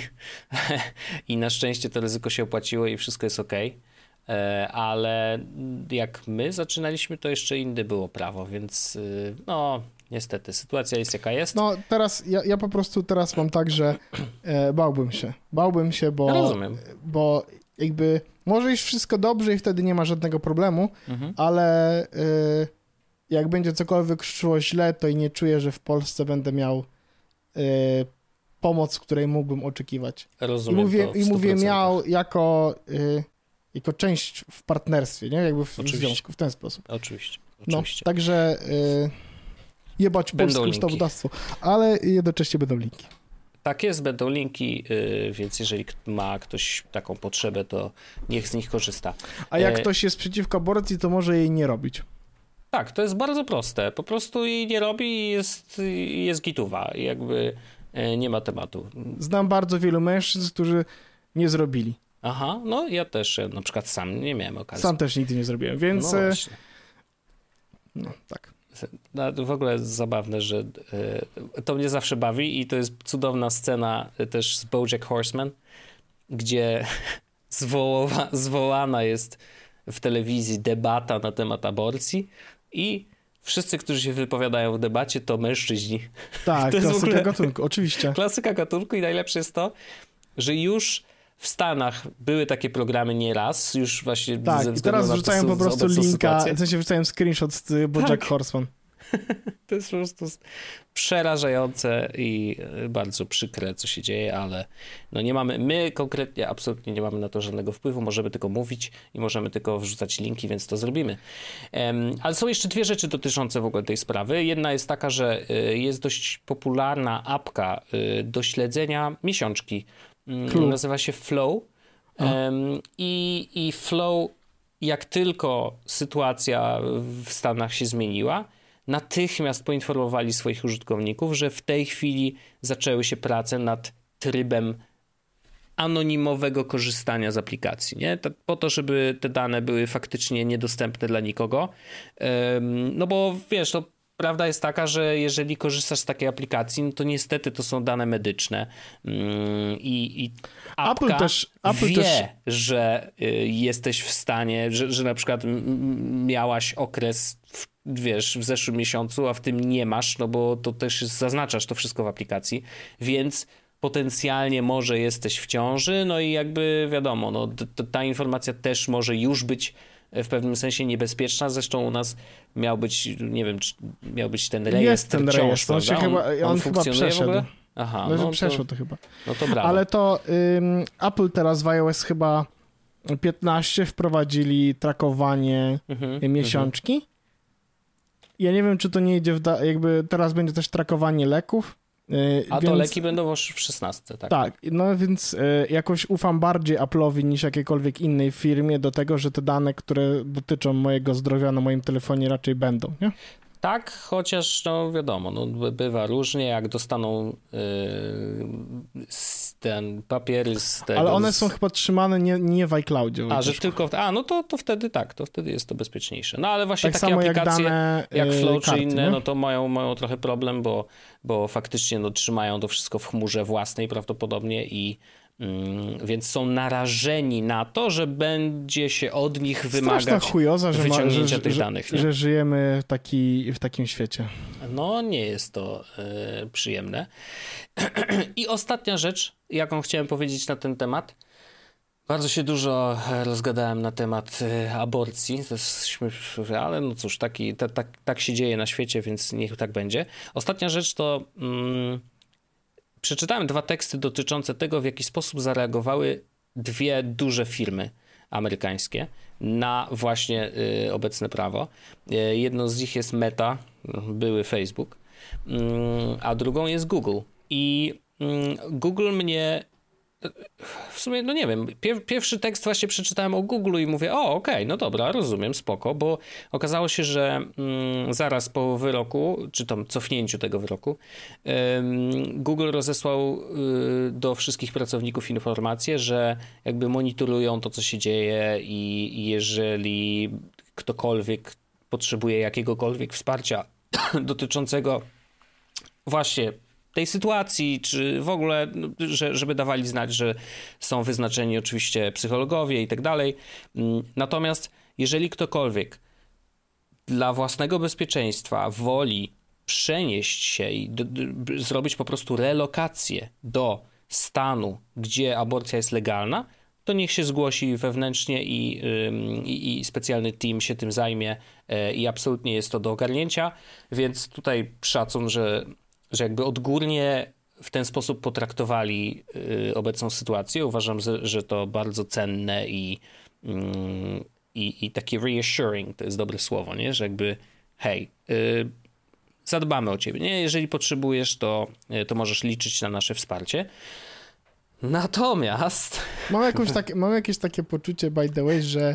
i na szczęście to ryzyko się opłaciło i wszystko jest okej, yy, ale jak my zaczynaliśmy, to jeszcze inne było prawo, więc yy, no niestety sytuacja jest jaka jest. No teraz, ja, ja po prostu teraz mam tak, że e, bałbym się, bałbym się, bo, Rozumiem. bo jakby może iść wszystko dobrze i wtedy nie ma żadnego problemu, mhm. ale y, jak będzie cokolwiek szło źle, to i nie czuję, że w Polsce będę miał y, pomoc, której mógłbym oczekiwać. Rozumiem. I mówię, i mówię miał jako, y, jako część w partnerstwie, nie? Jakby w, w związku, w ten sposób. Oczywiście. Oczywiście. No, także y, jebać polskie ustawodawstwo, ale jednocześnie będą linki. Tak jest, będą linki, yy, więc jeżeli ma ktoś taką potrzebę, to niech z nich korzysta. A jak e... ktoś jest przeciwko aborcji, to może jej nie robić. Tak, to jest bardzo proste. Po prostu jej nie robi i jest, jest gituwa. Jakby yy, nie ma tematu. Znam bardzo wielu mężczyzn, którzy nie zrobili. Aha, no ja też na przykład sam nie miałem okazji. Sam też nigdy nie zrobiłem, więc... No właśnie. No tak. No, to w ogóle jest zabawne, że y, to mnie zawsze bawi i to jest cudowna scena też z BoJack Horseman, gdzie zwoła, zwołana jest w telewizji debata na temat aborcji i wszyscy, którzy się wypowiadają w debacie, to mężczyźni. Tak, to jest klasyka ogóle... gatunku, oczywiście. Klasyka gatunku i najlepsze jest to, że już w Stanach były takie programy nieraz, już właśnie tak, ze i teraz wrzucają po prostu linka, w sensie wrzucają screenshot z BoJack tak. Horseman. To jest po prostu przerażające i bardzo przykre, co się dzieje, ale no nie mamy, my konkretnie absolutnie nie mamy na to żadnego wpływu, możemy tylko mówić i możemy tylko wrzucać linki, więc to zrobimy. Um, ale są jeszcze dwie rzeczy dotyczące w ogóle tej sprawy. Jedna jest taka, że y, jest dość popularna apka y, do śledzenia miesiączki. Clue. Nazywa się Flow um, i, i Flow, jak tylko sytuacja w Stanach się zmieniła, natychmiast poinformowali swoich użytkowników, że w tej chwili zaczęły się prace nad trybem anonimowego korzystania z aplikacji, nie? To, po to, żeby te dane były faktycznie niedostępne dla nikogo. Um, no bo wiesz, to prawda jest taka, że jeżeli korzystasz z takiej aplikacji, no to niestety to są dane medyczne i, i apka Apple też, Apple wie, też... że jesteś w stanie, że, że na przykład miałaś okres w, wiesz, w zeszłym miesiącu, a w tym nie masz, no bo to też jest, zaznaczasz to wszystko w aplikacji, więc potencjalnie może jesteś w ciąży, no i jakby wiadomo, no, t- ta informacja też może już być w pewnym sensie niebezpieczna, zresztą u nas miał być, nie wiem, czy miał być ten rejestr Jest ten ciąż, rejestr, on, się on, chyba, on, on chyba przeszedł. Aha, no, no przeszło to, to chyba. No to brawo. Ale to ym, Apple teraz w iOS chyba piętnaście wprowadzili trakowanie mhm, miesiączki. Mhm. Ja nie wiem, czy to nie idzie w da- jakby teraz będzie też trakowanie leków. Yy, A więc... to leki będą w szesnastce, tak? Tak, no więc y, jakoś ufam bardziej Apple'owi niż jakiejkolwiek innej firmie do tego, że te dane, które dotyczą mojego zdrowia na moim telefonie raczej będą, nie? Tak, chociaż no wiadomo, no, bywa różnie, jak dostaną yy, ten papiery z tego... Ale one z... są chyba trzymane nie, nie w iCloudzie. A, że tylko... W... A, no to, to wtedy tak, to wtedy jest to bezpieczniejsze. No ale właśnie tak takie samo aplikacje jak, dane, jak Flow karty, czy inne, nie? no to mają, mają trochę problem, bo, bo faktycznie no, trzymają to wszystko w chmurze własnej prawdopodobnie i Mm, więc są narażeni na to, że będzie się od nich wymagać chujoza, że wyciągnięcia ma, że, tych że, danych. Nie? Że żyjemy w, taki, w takim świecie. No nie jest to y, przyjemne. I ostatnia rzecz, jaką chciałem powiedzieć na ten temat. Bardzo się dużo rozgadałem na temat y, aborcji, to jest śmieszne, ale no cóż, taki, ta, ta, tak się dzieje na świecie, więc niech tak będzie. Ostatnia rzecz to... Mm, przeczytałem dwa teksty dotyczące tego, w jaki sposób zareagowały dwie duże firmy amerykańskie na właśnie y, obecne prawo. Y, jedną z nich jest Meta, były Facebook, y, a drugą jest Google. I y, Google mnie... W sumie, no nie wiem, pier- pierwszy tekst właśnie przeczytałem o Google i mówię, o okej, okay, no dobra, rozumiem, spoko, bo okazało się, że mm, zaraz po wyroku, czy tam cofnięciu tego wyroku, ym, Google rozesłał y, do wszystkich pracowników informację, że jakby monitorują to, co się dzieje i, i jeżeli ktokolwiek potrzebuje jakiegokolwiek wsparcia dotyczącego właśnie tej sytuacji, czy w ogóle, że, żeby dawali znać, że są wyznaczeni oczywiście psychologowie i tak dalej. Natomiast jeżeli ktokolwiek dla własnego bezpieczeństwa woli przenieść się i do, do, zrobić po prostu relokację do stanu, gdzie aborcja jest legalna, to niech się zgłosi wewnętrznie i, i, i specjalny team się tym zajmie i absolutnie jest to do ogarnięcia, więc tutaj szacun, że że jakby odgórnie w ten sposób potraktowali y, obecną sytuację. Uważam, że, że to bardzo cenne i, y, i, i takie reassuring, to jest dobre słowo, nie? Że jakby hej, y, zadbamy o ciebie, nie? Jeżeli potrzebujesz, to, y, to możesz liczyć na nasze wsparcie. Natomiast... Mam, jakąś takie, mam jakieś takie poczucie, by the way, że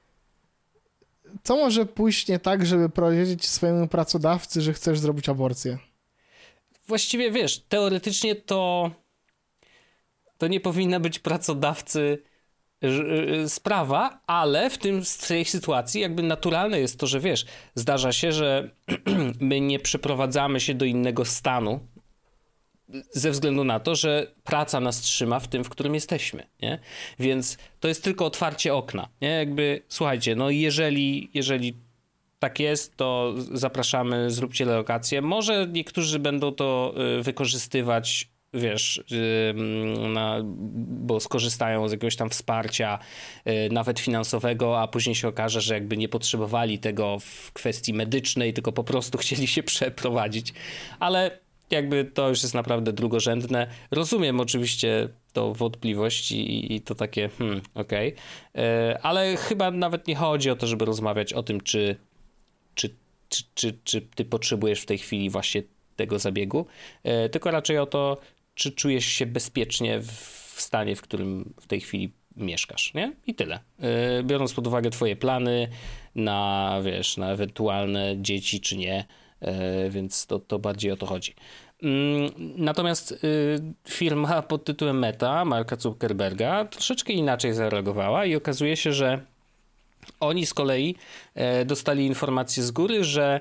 co może pójść nie tak, żeby powiedzieć swojemu pracodawcy, że chcesz zrobić aborcję? Właściwie wiesz, teoretycznie to to nie powinna być pracodawcy sprawa, ale w tym, w tej sytuacji jakby naturalne jest to, że wiesz, zdarza się, że my nie przeprowadzamy się do innego stanu ze względu na to, że praca nas trzyma w tym, w którym jesteśmy, nie? Więc to jest tylko otwarcie okna, nie? Jakby, słuchajcie, no jeżeli, jeżeli tak jest, to zapraszamy, zróbcie relokację. Może niektórzy będą to wykorzystywać, wiesz, na, bo skorzystają z jakiegoś tam wsparcia, nawet finansowego, a później się okaże, że jakby nie potrzebowali tego w kwestii medycznej, tylko po prostu chcieli się przeprowadzić. Ale jakby to już jest naprawdę drugorzędne. Rozumiem oczywiście to wątpliwość i, i to takie, hmm, okej. Okay. Ale chyba nawet nie chodzi o to, żeby rozmawiać o tym, czy Czy, czy, czy, czy ty potrzebujesz w tej chwili właśnie tego zabiegu, e, tylko raczej o to, czy czujesz się bezpiecznie w, w stanie, w którym w tej chwili mieszkasz, nie? I tyle. E, biorąc pod uwagę twoje plany na, wiesz, na ewentualne dzieci, czy nie, e, więc to, to bardziej o to chodzi. Mm, natomiast y, firma pod tytułem Meta, Marka Zuckerberga, troszeczkę inaczej zareagowała i okazuje się, że oni z kolei e, dostali informację z góry, że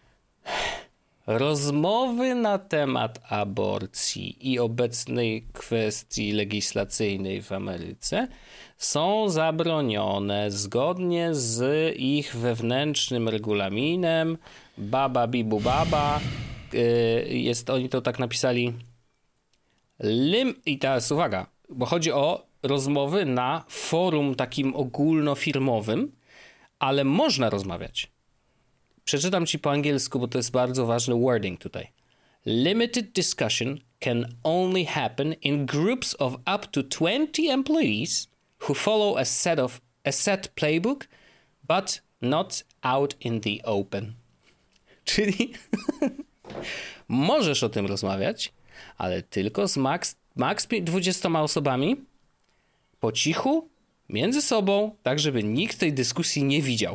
rozmowy na temat aborcji i obecnej kwestii legislacyjnej w Ameryce są zabronione zgodnie z ich wewnętrznym regulaminem. Baba bibu baba. E, jest, oni to tak napisali. Lim... I teraz uwaga, bo chodzi o rozmowy na forum takim ogólnofirmowym, ale można rozmawiać. Przeczytam ci po angielsku, bo to jest bardzo ważny wording tutaj. Limited discussion can only happen in groups of up to twenty employees who follow a set of a set playbook, but not out in the open. Czyli możesz o tym rozmawiać, ale tylko z max, max dwudziestoma osobami, po cichu, między sobą, tak żeby nikt tej dyskusji nie widział.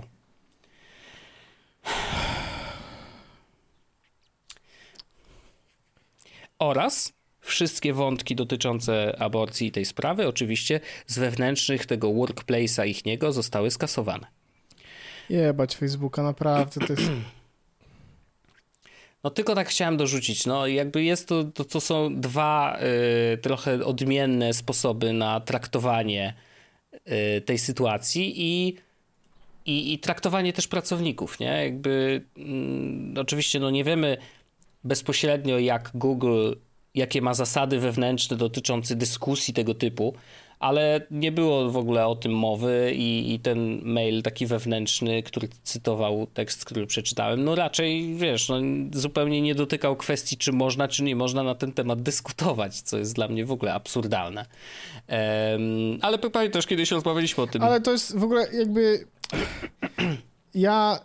Oraz wszystkie wątki dotyczące aborcji i tej sprawy, oczywiście z wewnętrznych tego workplace'a ich niego zostały skasowane. Jebać Facebooka, naprawdę to jest... No tylko tak chciałem dorzucić, no jakby jest to, to, to są dwa y, trochę odmienne sposoby na traktowanie y, tej sytuacji i, i, i traktowanie też pracowników, nie? Jakby y, oczywiście no nie wiemy bezpośrednio jak Google, jakie ma zasady wewnętrzne dotyczące dyskusji tego typu, ale nie było w ogóle o tym mowy i, i ten mail taki wewnętrzny, który cytował tekst, który przeczytałem, no raczej, wiesz, no, zupełnie nie dotykał kwestii, czy można, czy nie można na ten temat dyskutować, co jest dla mnie w ogóle absurdalne. Um, ale pamiętasz, kiedyś rozmawialiśmy o tym. Ale to jest w ogóle jakby... ja...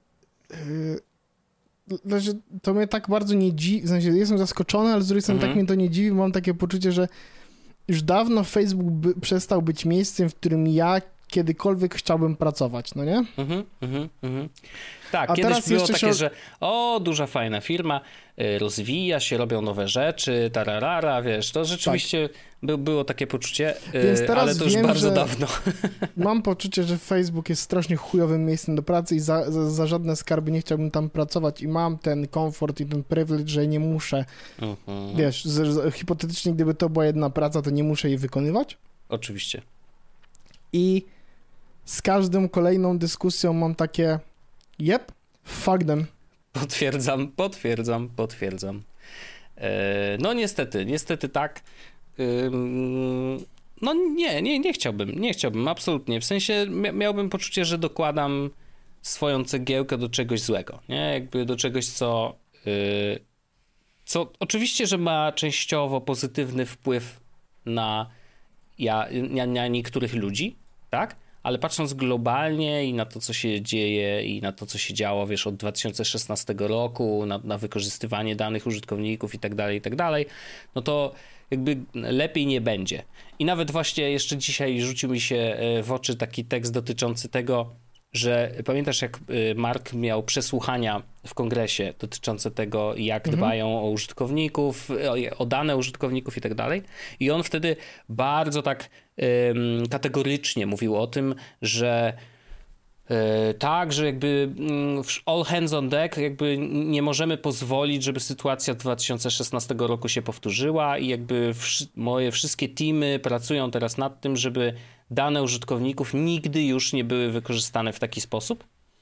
Yy... Znaczy, to mnie tak bardzo nie dziwi, w sensie jestem zaskoczony, ale z drugiej strony mhm. tak mnie to nie dziwi, mam takie poczucie, że już dawno Facebook by, przestał być miejscem, w którym ja kiedykolwiek chciałbym pracować, no nie? Mhm, mhm, mhm. Tak, a kiedyś było takie, się... że o, duża, fajna firma, y, rozwija się, robią nowe rzeczy, tararara, wiesz, to rzeczywiście tak. by, było takie poczucie, y, Więc teraz ale to już wiem, bardzo dawno. Mam poczucie, że Facebook jest strasznie chujowym miejscem do pracy i za, za, za żadne skarby nie chciałbym tam pracować i mam ten komfort i ten privilege, że nie muszę, mhm. wiesz, z, z, hipotetycznie gdyby to była jedna praca, to nie muszę jej wykonywać. Oczywiście. I z każdą kolejną dyskusją mam takie yep, fuck them. Potwierdzam, potwierdzam, potwierdzam. E, no niestety, niestety tak. E, no nie, nie, nie chciałbym, nie chciałbym, absolutnie. W sensie miałbym poczucie, że dokładam swoją cegiełkę do czegoś złego, nie? Jakby do czegoś, co, e, co oczywiście, że ma częściowo pozytywny wpływ na, ja, na, na niektórych ludzi, tak? Ale patrząc globalnie i na to, co się dzieje i na to, co się działo, wiesz, od dwa tysiące szesnastego roku, na, na wykorzystywanie danych użytkowników i tak dalej, i tak dalej, no to jakby lepiej nie będzie. I nawet właśnie jeszcze dzisiaj rzucił mi się w oczy taki tekst dotyczący tego, że pamiętasz, jak Mark miał przesłuchania w kongresie dotyczące tego, jak mhm. dbają o użytkowników, o, o dane użytkowników i tak dalej. I on wtedy bardzo tak um, kategorycznie mówił o tym, że e, tak, że jakby um, all hands on deck, jakby nie możemy pozwolić, żeby sytuacja z dwa tysiące szesnastego roku się powtórzyła i jakby wsz- moje wszystkie teamy pracują teraz nad tym, żeby dane użytkowników nigdy już nie były wykorzystane w taki sposób.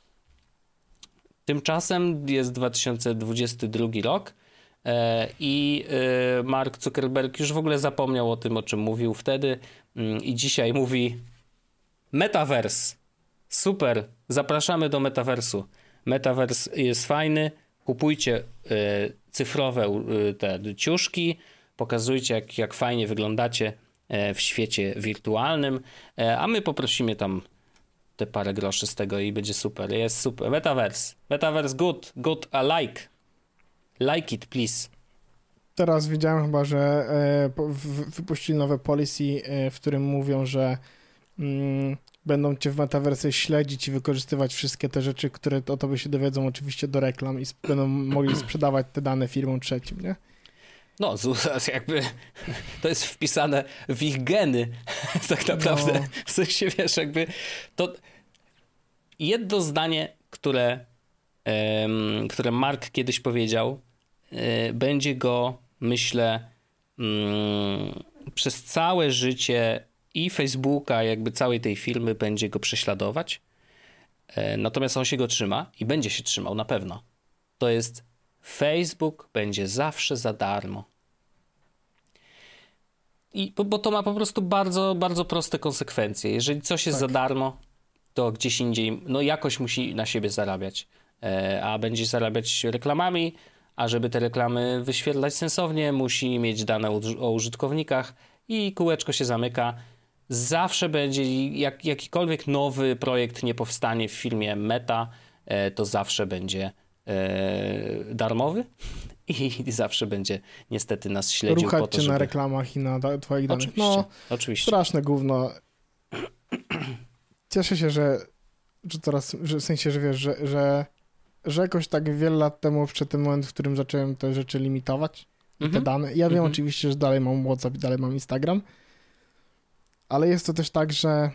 Tymczasem jest dwa tysiące dwudziesty drugi rok e, i e, Mark Zuckerberg już w ogóle zapomniał o tym, o czym mówił wtedy mm, i dzisiaj mówi Metaverse. Super, zapraszamy do Metaversu. Metavers jest fajny, kupujcie e, cyfrowe e, te ciuszki, pokazujcie jak, jak fajnie wyglądacie w świecie wirtualnym, a my poprosimy tam te parę groszy z tego i będzie super. Jest super. Metaverse. Metaverse good. Good. I like. Like it, please. Teraz widziałem chyba, że e, w, wypuścili nowe policy, e, w którym mówią, że mm, będą cię w Metaverse śledzić i wykorzystywać wszystkie te rzeczy, które o tobie się dowiedzą oczywiście do reklam i sp- będą mogli sprzedawać te dane firmom trzecim, nie? No, jakby to jest wpisane w ich geny, tak naprawdę. No. W sensie, wiesz, jakby to jedno zdanie, które, um, które Mark kiedyś powiedział, um, będzie go, myślę, um, przez całe życie i Facebooka, jakby całej tej firmy będzie go prześladować. Um, natomiast on się go trzyma i będzie się trzymał na pewno. To jest Facebook będzie zawsze za darmo. i, bo, bo to ma po prostu bardzo, bardzo proste konsekwencje. Jeżeli coś jest tak. za darmo, to gdzieś indziej, no jakoś musi na siebie zarabiać. E, a będzie zarabiać reklamami, a żeby te reklamy wyświetlać sensownie, musi mieć dane o, o użytkownikach i kółeczko się zamyka. Zawsze będzie, jak, jakikolwiek nowy projekt nie powstanie w firmie Meta, e, to zawsze będzie e, darmowy i zawsze będzie niestety nas śledził. Ruchać po to, cię żeby... na reklamach i na da- twoich danych. Oczywiście, no, oczywiście. Straszne gówno. Cieszę się, że, że teraz, że w sensie, że wiesz, że, że, że jakoś tak wiele lat temu przed tym moment, w którym zacząłem te rzeczy limitować, mm-hmm. te dane. Ja wiem mm-hmm. oczywiście, że dalej mam WhatsApp i dalej mam Instagram, ale jest to też tak, że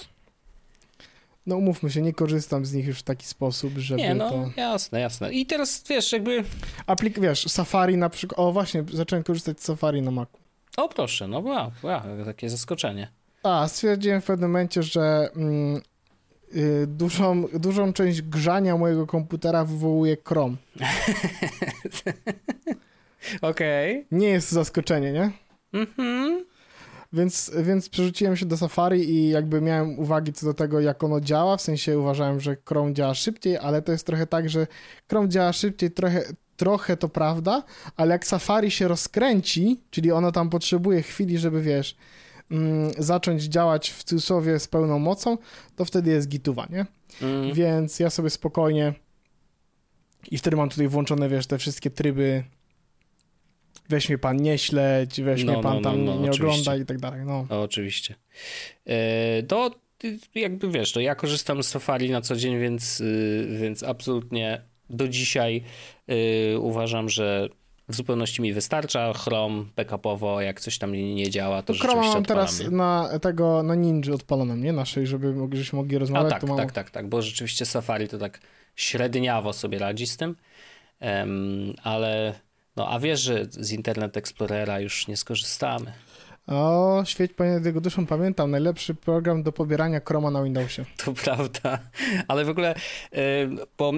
no umówmy się, nie korzystam z nich już w taki sposób, żeby nie, no, to... jasne, jasne. I teraz, wiesz, jakby... Aplik, wiesz, Safari na przykład... O, właśnie, zacząłem korzystać z Safari na Macu. O, proszę, no wow, wow, takie zaskoczenie. A, stwierdziłem w pewnym momencie, że mm, y, dużą, dużą część grzania mojego komputera wywołuje Chrome. Okej. Okay. Nie jest zaskoczenie, nie? Mhm. Więc, więc przerzuciłem się do Safari i jakby miałem uwagi co do tego, jak ono działa, w sensie uważałem, że Chrome działa szybciej, ale to jest trochę tak, że Chrome działa szybciej, trochę, trochę to prawda, ale jak Safari się rozkręci, czyli ono tam potrzebuje chwili, żeby wiesz, mm, zacząć działać w cudzysłowie z pełną mocą, to wtedy jest gituwa, nie? Mm. Więc ja sobie spokojnie i wtedy mam tutaj włączone, wiesz, te wszystkie tryby weź mnie pan nie śledź, weź no, mnie pan no, tam no, no, nie oczywiście. Ogląda i tak dalej. No, no oczywiście. E, to jakby wiesz, to ja korzystam z Safari na co dzień, więc, y, więc absolutnie do dzisiaj y, uważam, że w zupełności mi wystarcza. Chrome backupowo, jak coś tam nie działa, to, to rzeczywiście Chrome mam odpalam, teraz nie? na tego, na Ninja odpalonym, nie? Naszej, żeby żebyśmy mogli rozmawiać. A tak, to mam... tak, tak, tak, bo rzeczywiście Safari to tak średniawo sobie radzi z tym, um, ale no a wiesz, że z Internet Explorera już nie skorzystamy. O, świeć Panie jego duszą, pamiętam, najlepszy program do pobierania Chroma na Windowsie. To prawda, ale w ogóle, bo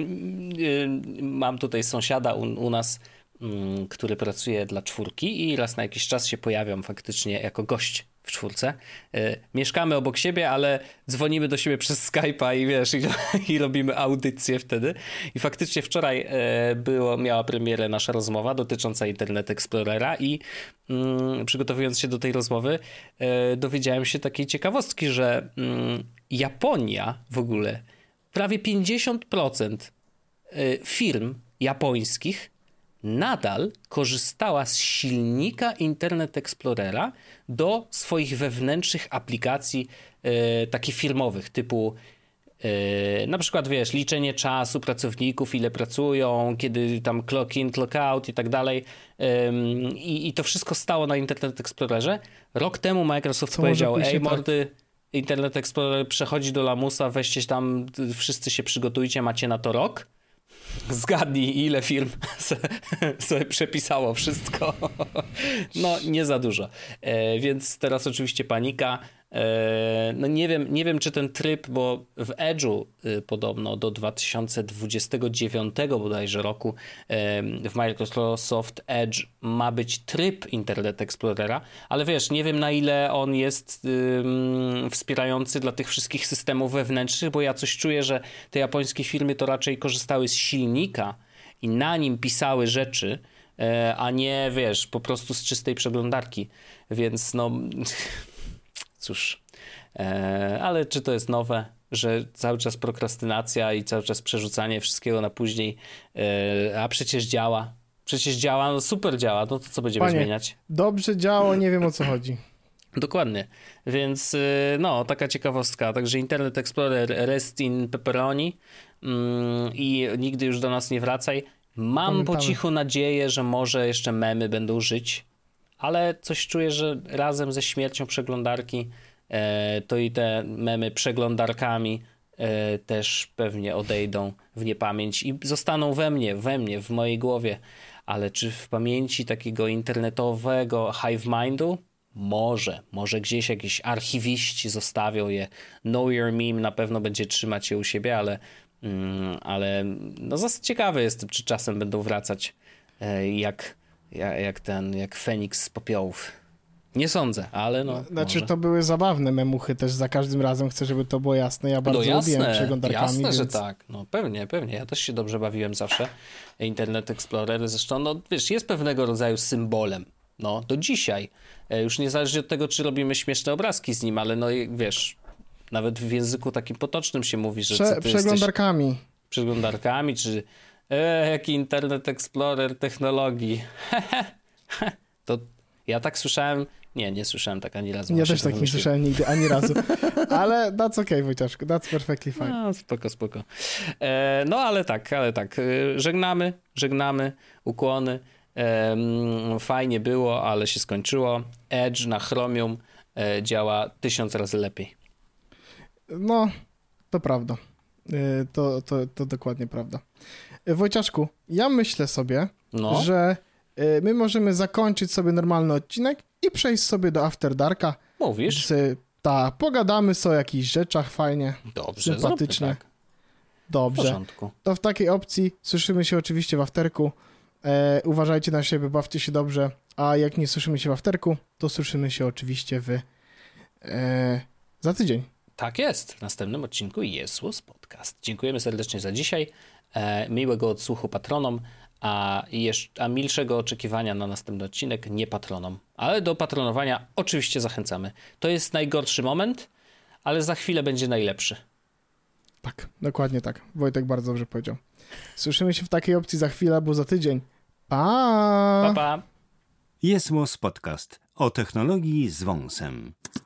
mam tutaj sąsiada u, u nas, który pracuje dla czwórki i raz na jakiś czas się pojawiam faktycznie jako gość w czwórce. Mieszkamy obok siebie, ale dzwonimy do siebie przez Skype'a i wiesz, i, i robimy audycję wtedy. I faktycznie wczoraj było, miała premierę nasza rozmowa dotycząca Internet Explorera i mm, przygotowując się do tej rozmowy dowiedziałem się takiej ciekawostki, że mm, Japonia w ogóle, prawie pięćdziesiąt procent firm japońskich nadal korzystała z silnika Internet Explorera do swoich wewnętrznych aplikacji e, takich firmowych, typu e, na przykład, wiesz, liczenie czasu pracowników, ile pracują, kiedy tam clock in, clock out i tak dalej. E, i, I to wszystko stało na Internet Explorerze. Rok temu Microsoft Co powiedział, ej mordy, tak? Internet Explorer przechodzi do lamusa, weźcie tam, wszyscy się przygotujcie, macie na to rok. Zgadnij, ile firm sobie przepisało wszystko. No, nie za dużo. E, więc teraz oczywiście panika. E, no nie wiem, nie wiem, czy ten tryb, bo w Edge'u y, podobno do dwa tysiące dwudziestego dziewiątego bodajże roku e, w Microsoft Edge ma być tryb Internet Explorera, ale wiesz, nie wiem na ile on jest y, wspierający dla tych wszystkich systemów wewnętrznych, bo ja coś czuję, że te japońskie firmy to raczej korzystały z silnika i na nim pisały rzeczy, e, a nie, wiesz, po prostu z czystej przeglądarki. Więc no... Cóż, e, ale czy to jest nowe, że cały czas prokrastynacja i cały czas przerzucanie wszystkiego na później, e, a przecież działa, przecież działa, no super działa, no to co będziemy Panie, zmieniać? Dobrze działo, nie wiem o co chodzi. Dokładnie, więc no, taka ciekawostka, także Internet Explorer rest in pepperoni mm, i nigdy już do nas nie wracaj. Mam Pamiętamy. po cichu nadzieję, że może jeszcze memy będą żyć, ale coś czuję, że razem ze śmiercią przeglądarki e, to i te memy przeglądarkami e, też pewnie odejdą w niepamięć i zostaną we mnie, we mnie, w mojej głowie. Ale czy w pamięci takiego internetowego hive mindu? Może. Może gdzieś jakiś archiwiści zostawią je. Know Your Meme na pewno będzie trzymać je u siebie, ale, mm, ale no ciekawy jestem, czy czasem będą wracać e, jak... Jak ten, jak Feniks z popiołów. Nie sądzę, ale no. Znaczy może. To były zabawne memuchy też za każdym razem, chcę, żeby to było jasne. Ja bardzo no jasne, lubiłem przeglądarkami. Jasne, więc... że tak. No pewnie, pewnie. Ja też się dobrze bawiłem zawsze. Internet Explorer zresztą, no wiesz, jest pewnego rodzaju symbolem. No, do dzisiaj. Już niezależnie od tego, czy robimy śmieszne obrazki z nim, ale no wiesz, nawet w języku takim potocznym się mówi, że Prze- ty przeglądarkami. Jesteś przeglądarkami, czy e, jaki Internet Explorer technologii. To ja tak słyszałem, nie, nie słyszałem tak ani razu. Ja też tak nie słyszałem nigdy, ani razu. Ale that's okay, Wojciaszku, that's perfectly fine. No, spoko, spoko. E, no ale tak, ale tak, żegnamy, żegnamy, ukłony. E, fajnie było, ale się skończyło. Edge na Chromium e, działa tysiąc razy lepiej. No, to prawda. E, to, to, to dokładnie prawda. E, Wojciaszku, ja myślę sobie, no. że my możemy zakończyć sobie normalny odcinek i przejść sobie do After Darka. Mówisz? Tak, pogadamy sobie o jakichś rzeczach fajnie, dobrze, sympatycznie. Tak. Dobrze. W porządku. To w takiej opcji słyszymy się oczywiście w afterku. E, uważajcie na siebie, bawcie się dobrze. A jak nie słyszymy się w afterku, to słyszymy się oczywiście w e, za tydzień. Tak jest. W następnym odcinku Jesus Podcast. Dziękujemy serdecznie za dzisiaj. E, miłego odsłuchu patronom. A, jeszcze, a milszego oczekiwania na następny odcinek nie patronom. Ale do patronowania oczywiście zachęcamy. To jest najgorszy moment, ale za chwilę będzie najlepszy. Tak, dokładnie tak. Wojtek bardzo dobrze powiedział. Słyszymy się w takiej opcji za chwilę, bo za tydzień. Pa! Pa, pa! Jest Podcast o technologii z wąsem.